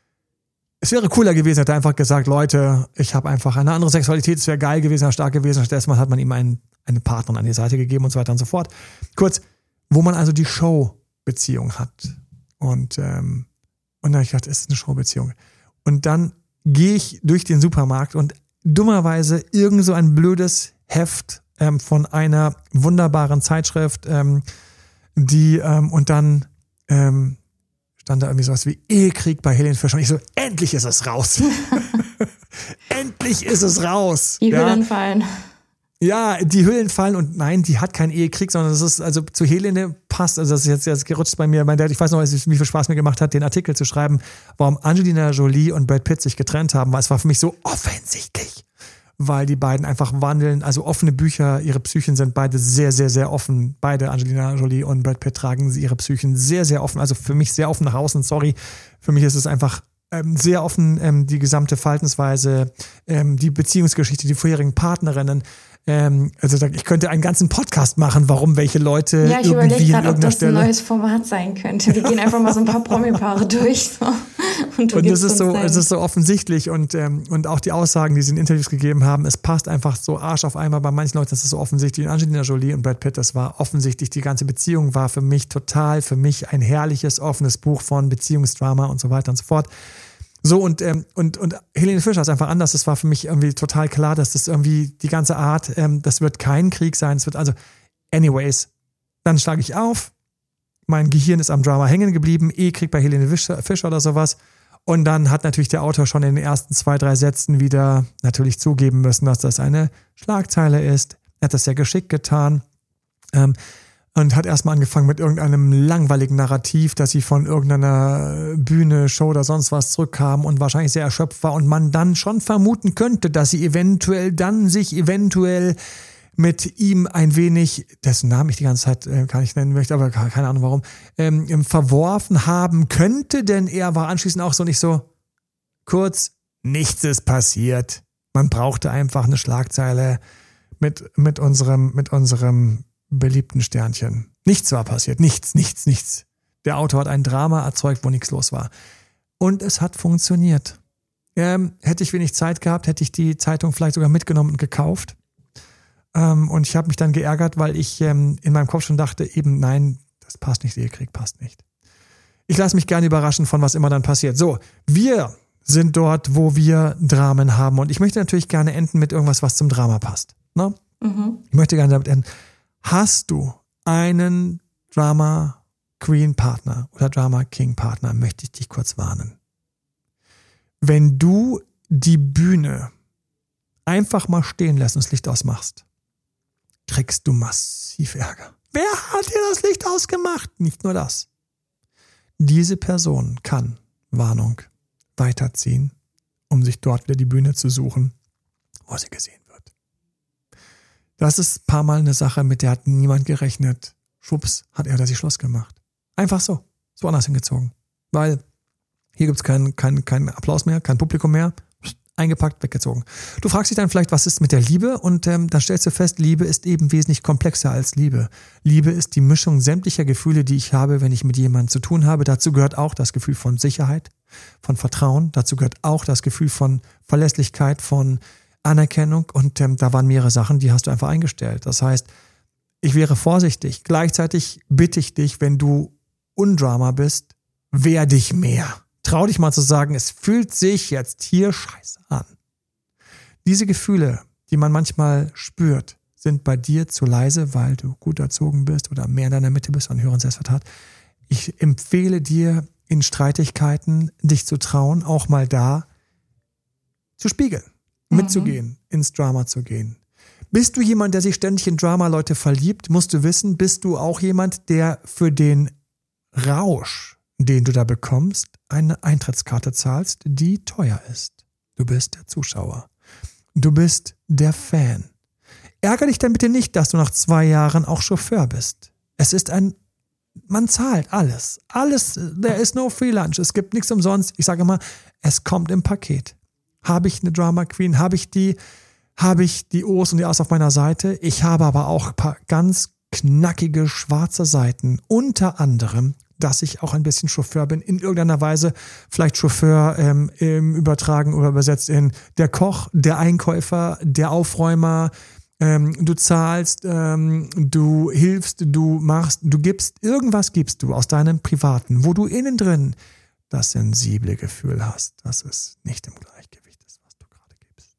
es wäre cooler gewesen, hätte er einfach gesagt, Leute, ich habe einfach eine andere Sexualität, es wäre geil gewesen, stark gewesen, stattdessen hat man ihm einen, eine Partnerin an die Seite gegeben und so weiter und so fort. Kurz, wo man also die Show-Beziehung hat. Und, ähm, und dann habe ich gedacht, es ist eine Show-Beziehung. Und dann gehe ich durch den Supermarkt und dummerweise irgend so ein blödes Heft ähm, von einer wunderbaren Zeitschrift, ähm, die, ähm, und dann ähm, stand da irgendwie sowas wie Ehekrieg bei Helene Fischer. Und ich so, endlich ist es raus. Endlich ist es raus. Die ja? Hüllen fallen. Ja, die Hüllen fallen und nein, die hat keinen Ehekrieg, sondern das ist, also zu Helene passt, also das ist jetzt, jetzt gerutscht bei mir, mein Dad, ich weiß noch, wie viel Spaß mir gemacht hat, den Artikel zu schreiben, warum Angelina Jolie und Brad Pitt sich getrennt haben, weil es war für mich so offensichtlich, weil die beiden einfach wandeln, also offene Bücher, ihre Psychen sind beide sehr, sehr, sehr offen, beide Angelina Jolie und Brad Pitt tragen sie ihre Psychen sehr, sehr offen, also für mich sehr offen nach außen, sorry, für mich ist es einfach ähm, sehr offen, ähm, die gesamte Verhaltensweise, ähm, die Beziehungsgeschichte, die vorherigen Partnerinnen. Ähm, also ich könnte einen ganzen Podcast machen, warum welche Leute ja, ich irgendwie überlege gerade, ob das Stelle ein neues Format sein könnte. Wir gehen einfach mal so ein paar Promi-Paare durch. So. Und, du und es gibst ist so, uns es ist so offensichtlich und ähm, und auch die Aussagen, die sie in Interviews gegeben haben, es passt einfach so Arsch auf einmal bei manchen Leuten. Das ist so offensichtlich. Angelina Jolie und Brad Pitt, das war offensichtlich. Die ganze Beziehung war für mich total, für mich ein herrliches offenes Buch von Beziehungsdrama und so weiter und so fort. So, und, ähm, und, und Helene Fischer ist einfach anders. Das war für mich irgendwie total klar, dass das irgendwie die ganze Art, ähm, das wird kein Krieg sein. Es wird also, anyways, dann schlage ich auf. Mein Gehirn ist am Drama hängen geblieben. Ehekrieg bei Helene Fischer oder sowas. Und dann hat natürlich der Autor schon in den ersten zwei, drei Sätzen wieder natürlich zugeben müssen, dass das eine Schlagzeile ist. Er hat das sehr geschickt getan. Ähm, Und hat erstmal angefangen mit irgendeinem langweiligen Narrativ, dass sie von irgendeiner Bühne, Show oder sonst was zurückkam und wahrscheinlich sehr erschöpft war und man dann schon vermuten könnte, dass sie eventuell dann sich eventuell mit ihm ein wenig, dessen Namen ich die ganze Zeit äh, gar nicht nennen möchte, aber keine Ahnung warum, ähm, verworfen haben könnte, denn er war anschließend auch so nicht so kurz, nichts ist passiert. Man brauchte einfach eine Schlagzeile mit, mit unserem, mit unserem beliebten Sternchen. Nichts war passiert. Nichts, nichts, nichts. Der Autor hat ein Drama erzeugt, wo nichts los war. Und es hat funktioniert. Ähm, hätte ich wenig Zeit gehabt, hätte ich die Zeitung vielleicht sogar mitgenommen und gekauft. Ähm, und ich habe mich dann geärgert, weil ich ähm, in meinem Kopf schon dachte, eben nein, das passt nicht, Ehekrieg passt nicht. Ich lasse mich gerne überraschen von was immer dann passiert. So, wir sind dort, wo wir Dramen haben. Und ich möchte natürlich gerne enden mit irgendwas, was zum Drama passt. Ne? Mhm. Ich möchte gerne damit enden. Hast du einen Drama Queen Partner oder Drama King Partner, möchte ich dich kurz warnen. Wenn du die Bühne einfach mal stehen lässt und das Licht ausmachst, kriegst du massiv Ärger. Wer hat dir das Licht ausgemacht? Nicht nur das. Diese Person kann, Warnung, weiterziehen, um sich dort wieder die Bühne zu suchen, wo sie gesehen wird. Das ist ein paar Mal eine Sache, mit der hat niemand gerechnet. Schwupps, hat er oder sie Schluss gemacht. Einfach so, so anders hingezogen. Weil hier gibt es keinen kein, kein Applaus mehr, kein Publikum mehr. Eingepackt, weggezogen. Du fragst dich dann vielleicht, was ist mit der Liebe? Und ähm, dann stellst du fest, Liebe ist eben wesentlich komplexer als Liebe. Liebe ist die Mischung sämtlicher Gefühle, die ich habe, wenn ich mit jemandem zu tun habe. Dazu gehört auch das Gefühl von Sicherheit, von Vertrauen. Dazu gehört auch das Gefühl von Verlässlichkeit, von Anerkennung. Und ähm, da waren mehrere Sachen, die hast du einfach eingestellt. Das heißt, ich wäre vorsichtig. Gleichzeitig bitte ich dich, wenn du Undrama bist, wehr dich mehr. Trau dich mal zu sagen, es fühlt sich jetzt hier scheiße an. Diese Gefühle, die man manchmal spürt, sind bei dir zu leise, weil du gut erzogen bist oder mehr in deiner Mitte bist, an höheren Selbstwert. Ich empfehle dir, in Streitigkeiten dich zu trauen, auch mal da zu spiegeln, mhm. mitzugehen, ins Drama zu gehen. Bist du jemand, der sich ständig in Drama-Leute verliebt, musst du wissen, bist du auch jemand, der für den Rausch, den du da bekommst, eine Eintrittskarte zahlst, die teuer ist. Du bist der Zuschauer. Du bist der Fan. Ärger dich dann bitte nicht, dass du nach zwei Jahren auch Chauffeur bist. Es ist ein, man zahlt alles. Alles, there is no free lunch. Es gibt nichts umsonst. Ich sage immer, es kommt im Paket. Habe ich eine Drama Queen? Habe ich die, habe ich die O's und die A's auf meiner Seite? Ich habe aber auch ein paar ganz knackige schwarze Seiten. Unter anderem, dass ich auch ein bisschen Chauffeur bin, in irgendeiner Weise, vielleicht Chauffeur ähm, im Übertragen oder übersetzt in der Koch, der Einkäufer, der Aufräumer, ähm, du zahlst, ähm, du hilfst, du machst, du gibst, irgendwas gibst du aus deinem Privaten, wo du innen drin das sensible Gefühl hast, dass es nicht im Gleichgewicht ist, was du gerade gibst.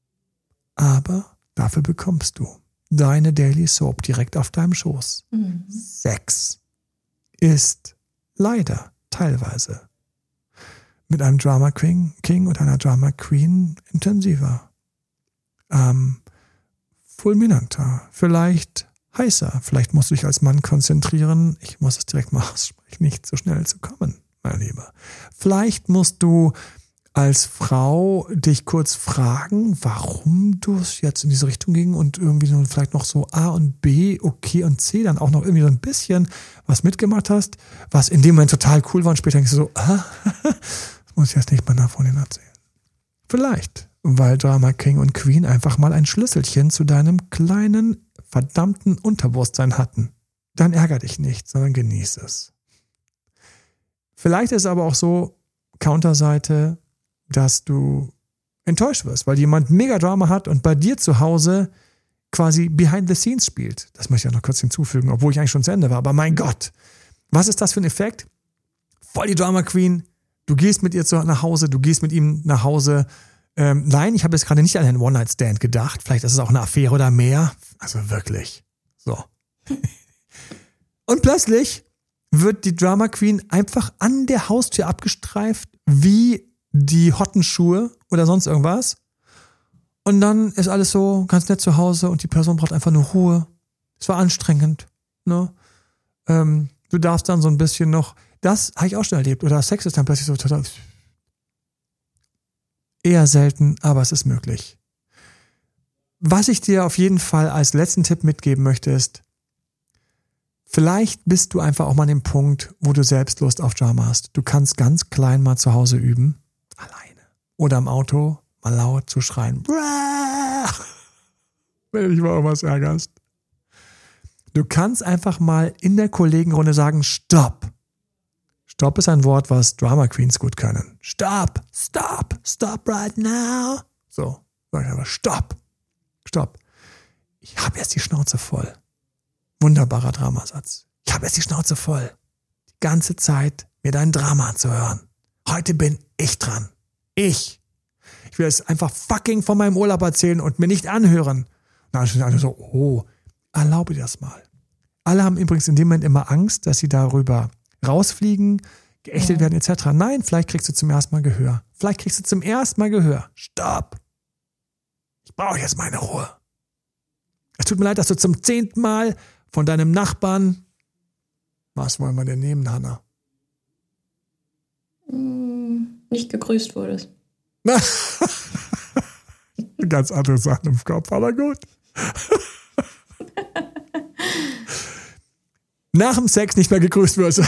Aber dafür bekommst du deine Daily Soap direkt auf deinem Schoß. Mhm. Sex ist leider teilweise mit einem Drama King, King und einer Drama Queen intensiver, ähm, fulminanter, vielleicht heißer. Vielleicht musst du dich als Mann konzentrieren. Ich muss es direkt mal aussprechen, nicht so schnell zu kommen, mein Lieber. Vielleicht musst du als Frau dich kurz fragen, warum du es jetzt in diese Richtung ging und irgendwie so vielleicht noch so A und B, okay und C dann auch noch irgendwie so ein bisschen was mitgemacht hast, was in dem Moment total cool war und später denkst du so, ah, das muss ich jetzt nicht meiner Freundin erzählen. Vielleicht, weil Drama King und Queen einfach mal ein Schlüsselchen zu deinem kleinen, verdammten Unterbewusstsein hatten. Dann ärger dich nicht, sondern genieß es. Vielleicht ist es aber auch so, Counterseite, dass du enttäuscht wirst, weil jemand mega Drama hat und bei dir zu Hause quasi behind the scenes spielt. Das möchte ich auch noch kurz hinzufügen, obwohl ich eigentlich schon zu Ende war. Aber mein Gott, was ist das für ein Effekt? Voll die Drama Queen. Du gehst mit ihr zu, nach Hause, du gehst mit ihm nach Hause. Ähm, nein, ich habe jetzt gerade nicht an einen One-Night-Stand gedacht. Vielleicht ist es auch eine Affäre oder mehr. Also wirklich. So. Und plötzlich wird die Drama Queen einfach an der Haustür abgestreift, wie die hotten Schuhe oder sonst irgendwas. Und dann ist alles so ganz nett zu Hause und die Person braucht einfach nur Ruhe. Es war anstrengend. Ne? Ähm, du darfst dann so ein bisschen noch, das habe ich auch schon erlebt. Oder Sex ist dann plötzlich so total, eher selten, aber es ist möglich. Was ich dir auf jeden Fall als letzten Tipp mitgeben möchte ist, vielleicht bist du einfach auch mal an dem Punkt, wo du selbst Lust auf Drama hast. Du kannst ganz klein mal zu Hause üben. Alleine. Oder im Auto mal laut zu schreien. Wenn du dich mal irgendwas ärgerst. Du kannst einfach mal in der Kollegenrunde sagen, Stopp. Stopp ist ein Wort, was Drama Queens gut können. Stop, stop, stop right now. So, sag ich einfach, Stopp, Stopp. Ich habe jetzt die Schnauze voll. Wunderbarer Dramasatz. Ich habe jetzt die Schnauze voll. Die ganze Zeit mir dein Drama anzuhören. Heute bin ich dran. Ich. Ich will es einfach fucking von meinem Urlaub erzählen und mir nicht anhören, dann sind alle so, oh, erlaube dir das mal. Alle haben übrigens in dem Moment immer Angst, dass sie darüber rausfliegen, geächtet ja. werden et cetera. Nein, vielleicht kriegst du zum ersten Mal Gehör. Vielleicht kriegst du zum ersten Mal Gehör. Stopp! Ich brauche jetzt meine Ruhe. Es tut mir leid, dass du zum zehnten Mal von deinem Nachbarn, was wollen wir denn nehmen, Hanna? Nicht gegrüßt wurdest. Ganz andere Sachen im Kopf, aber gut. Nach dem Sex nicht mehr gegrüßt wirst.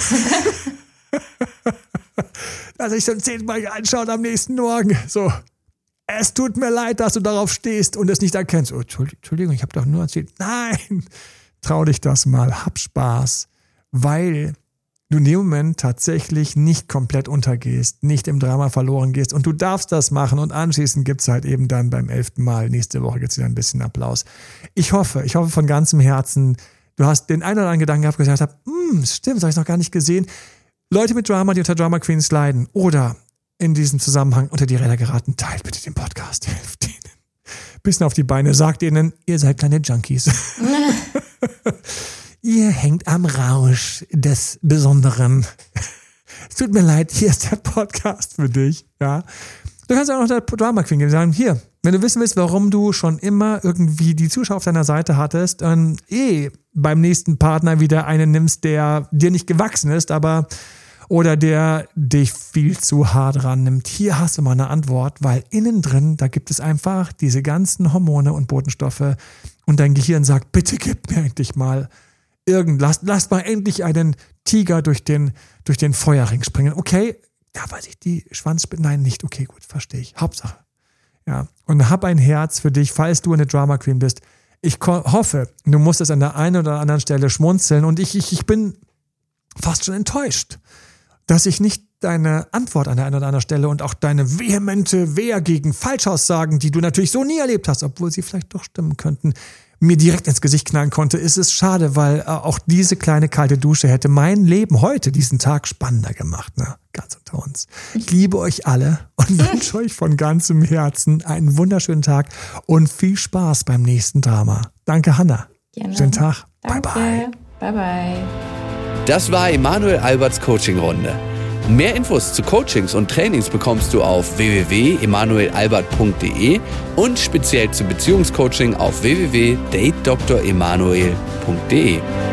Dass ich schon zehnmal anschaut am nächsten Morgen. So, es tut mir leid, dass du darauf stehst und es nicht erkennst. Oh, Entschuldigung, ich habe doch nur erzählt. Nein, trau dich das mal, hab Spaß, weil du in dem Moment tatsächlich nicht komplett untergehst, nicht im Drama verloren gehst und du darfst das machen und anschließend gibt es halt eben dann beim elften Mal, nächste Woche gibt es wieder ein bisschen Applaus. Ich hoffe, ich hoffe von ganzem Herzen, du hast den einen oder anderen Gedanken gehabt, gesagt hast, hm, stimmt, das habe ich noch gar nicht gesehen. Leute mit Drama, die unter Drama Queens leiden oder in diesem Zusammenhang unter die Räder geraten, teilt bitte den Podcast, helft ihnen. Bisschen auf die Beine, sagt ihnen, ihr seid kleine Junkies. Ihr hängt am Rausch des Besonderen. Es tut mir leid, hier ist der Podcast für dich. Ja. Du kannst auch noch der Drama Queen gehen und sagen, hier, wenn du wissen willst, warum du schon immer irgendwie die Zuschauer auf deiner Seite hattest und eh beim nächsten Partner wieder einen nimmst, der dir nicht gewachsen ist, aber oder der dich viel zu hart rannimmt. Hier hast du mal eine Antwort, weil innen drin, da gibt es einfach diese ganzen Hormone und Botenstoffe und dein Gehirn sagt, bitte gib mir endlich mal irgend, lass, lass mal endlich einen Tiger durch den, durch den Feuerring springen. Okay, da weiß ich, die Schwanzspitze, nein, nicht. Okay, gut, verstehe ich. Hauptsache. Ja, und hab ein Herz für dich, falls du eine Drama Queen bist. Ich ko- hoffe, du musst es an der einen oder anderen Stelle schmunzeln und ich, ich, ich bin fast schon enttäuscht, dass ich nicht deine Antwort an der einen oder anderen Stelle und auch deine vehemente Wehr gegen Falschaussagen, die du natürlich so nie erlebt hast, obwohl sie vielleicht doch stimmen könnten, mir direkt ins Gesicht knallen konnte. Ist es schade, weil auch diese kleine kalte Dusche hätte mein Leben heute, diesen Tag, spannender gemacht. Ne? Ganz unter uns. Ich liebe euch alle und wünsche euch von ganzem Herzen einen wunderschönen Tag und viel Spaß beim nächsten Drama. Danke, Hanna. Gerne. Schönen Tag. Danke. Bye, bye. Bye, bye. Das war Emanuel Alberts Coaching-Runde. Mehr Infos zu Coachings und Trainings bekommst du auf w w w punkt emanuel albert punkt d e und speziell zu Beziehungscoaching auf w w w punkt date dr emanuel punkt d e.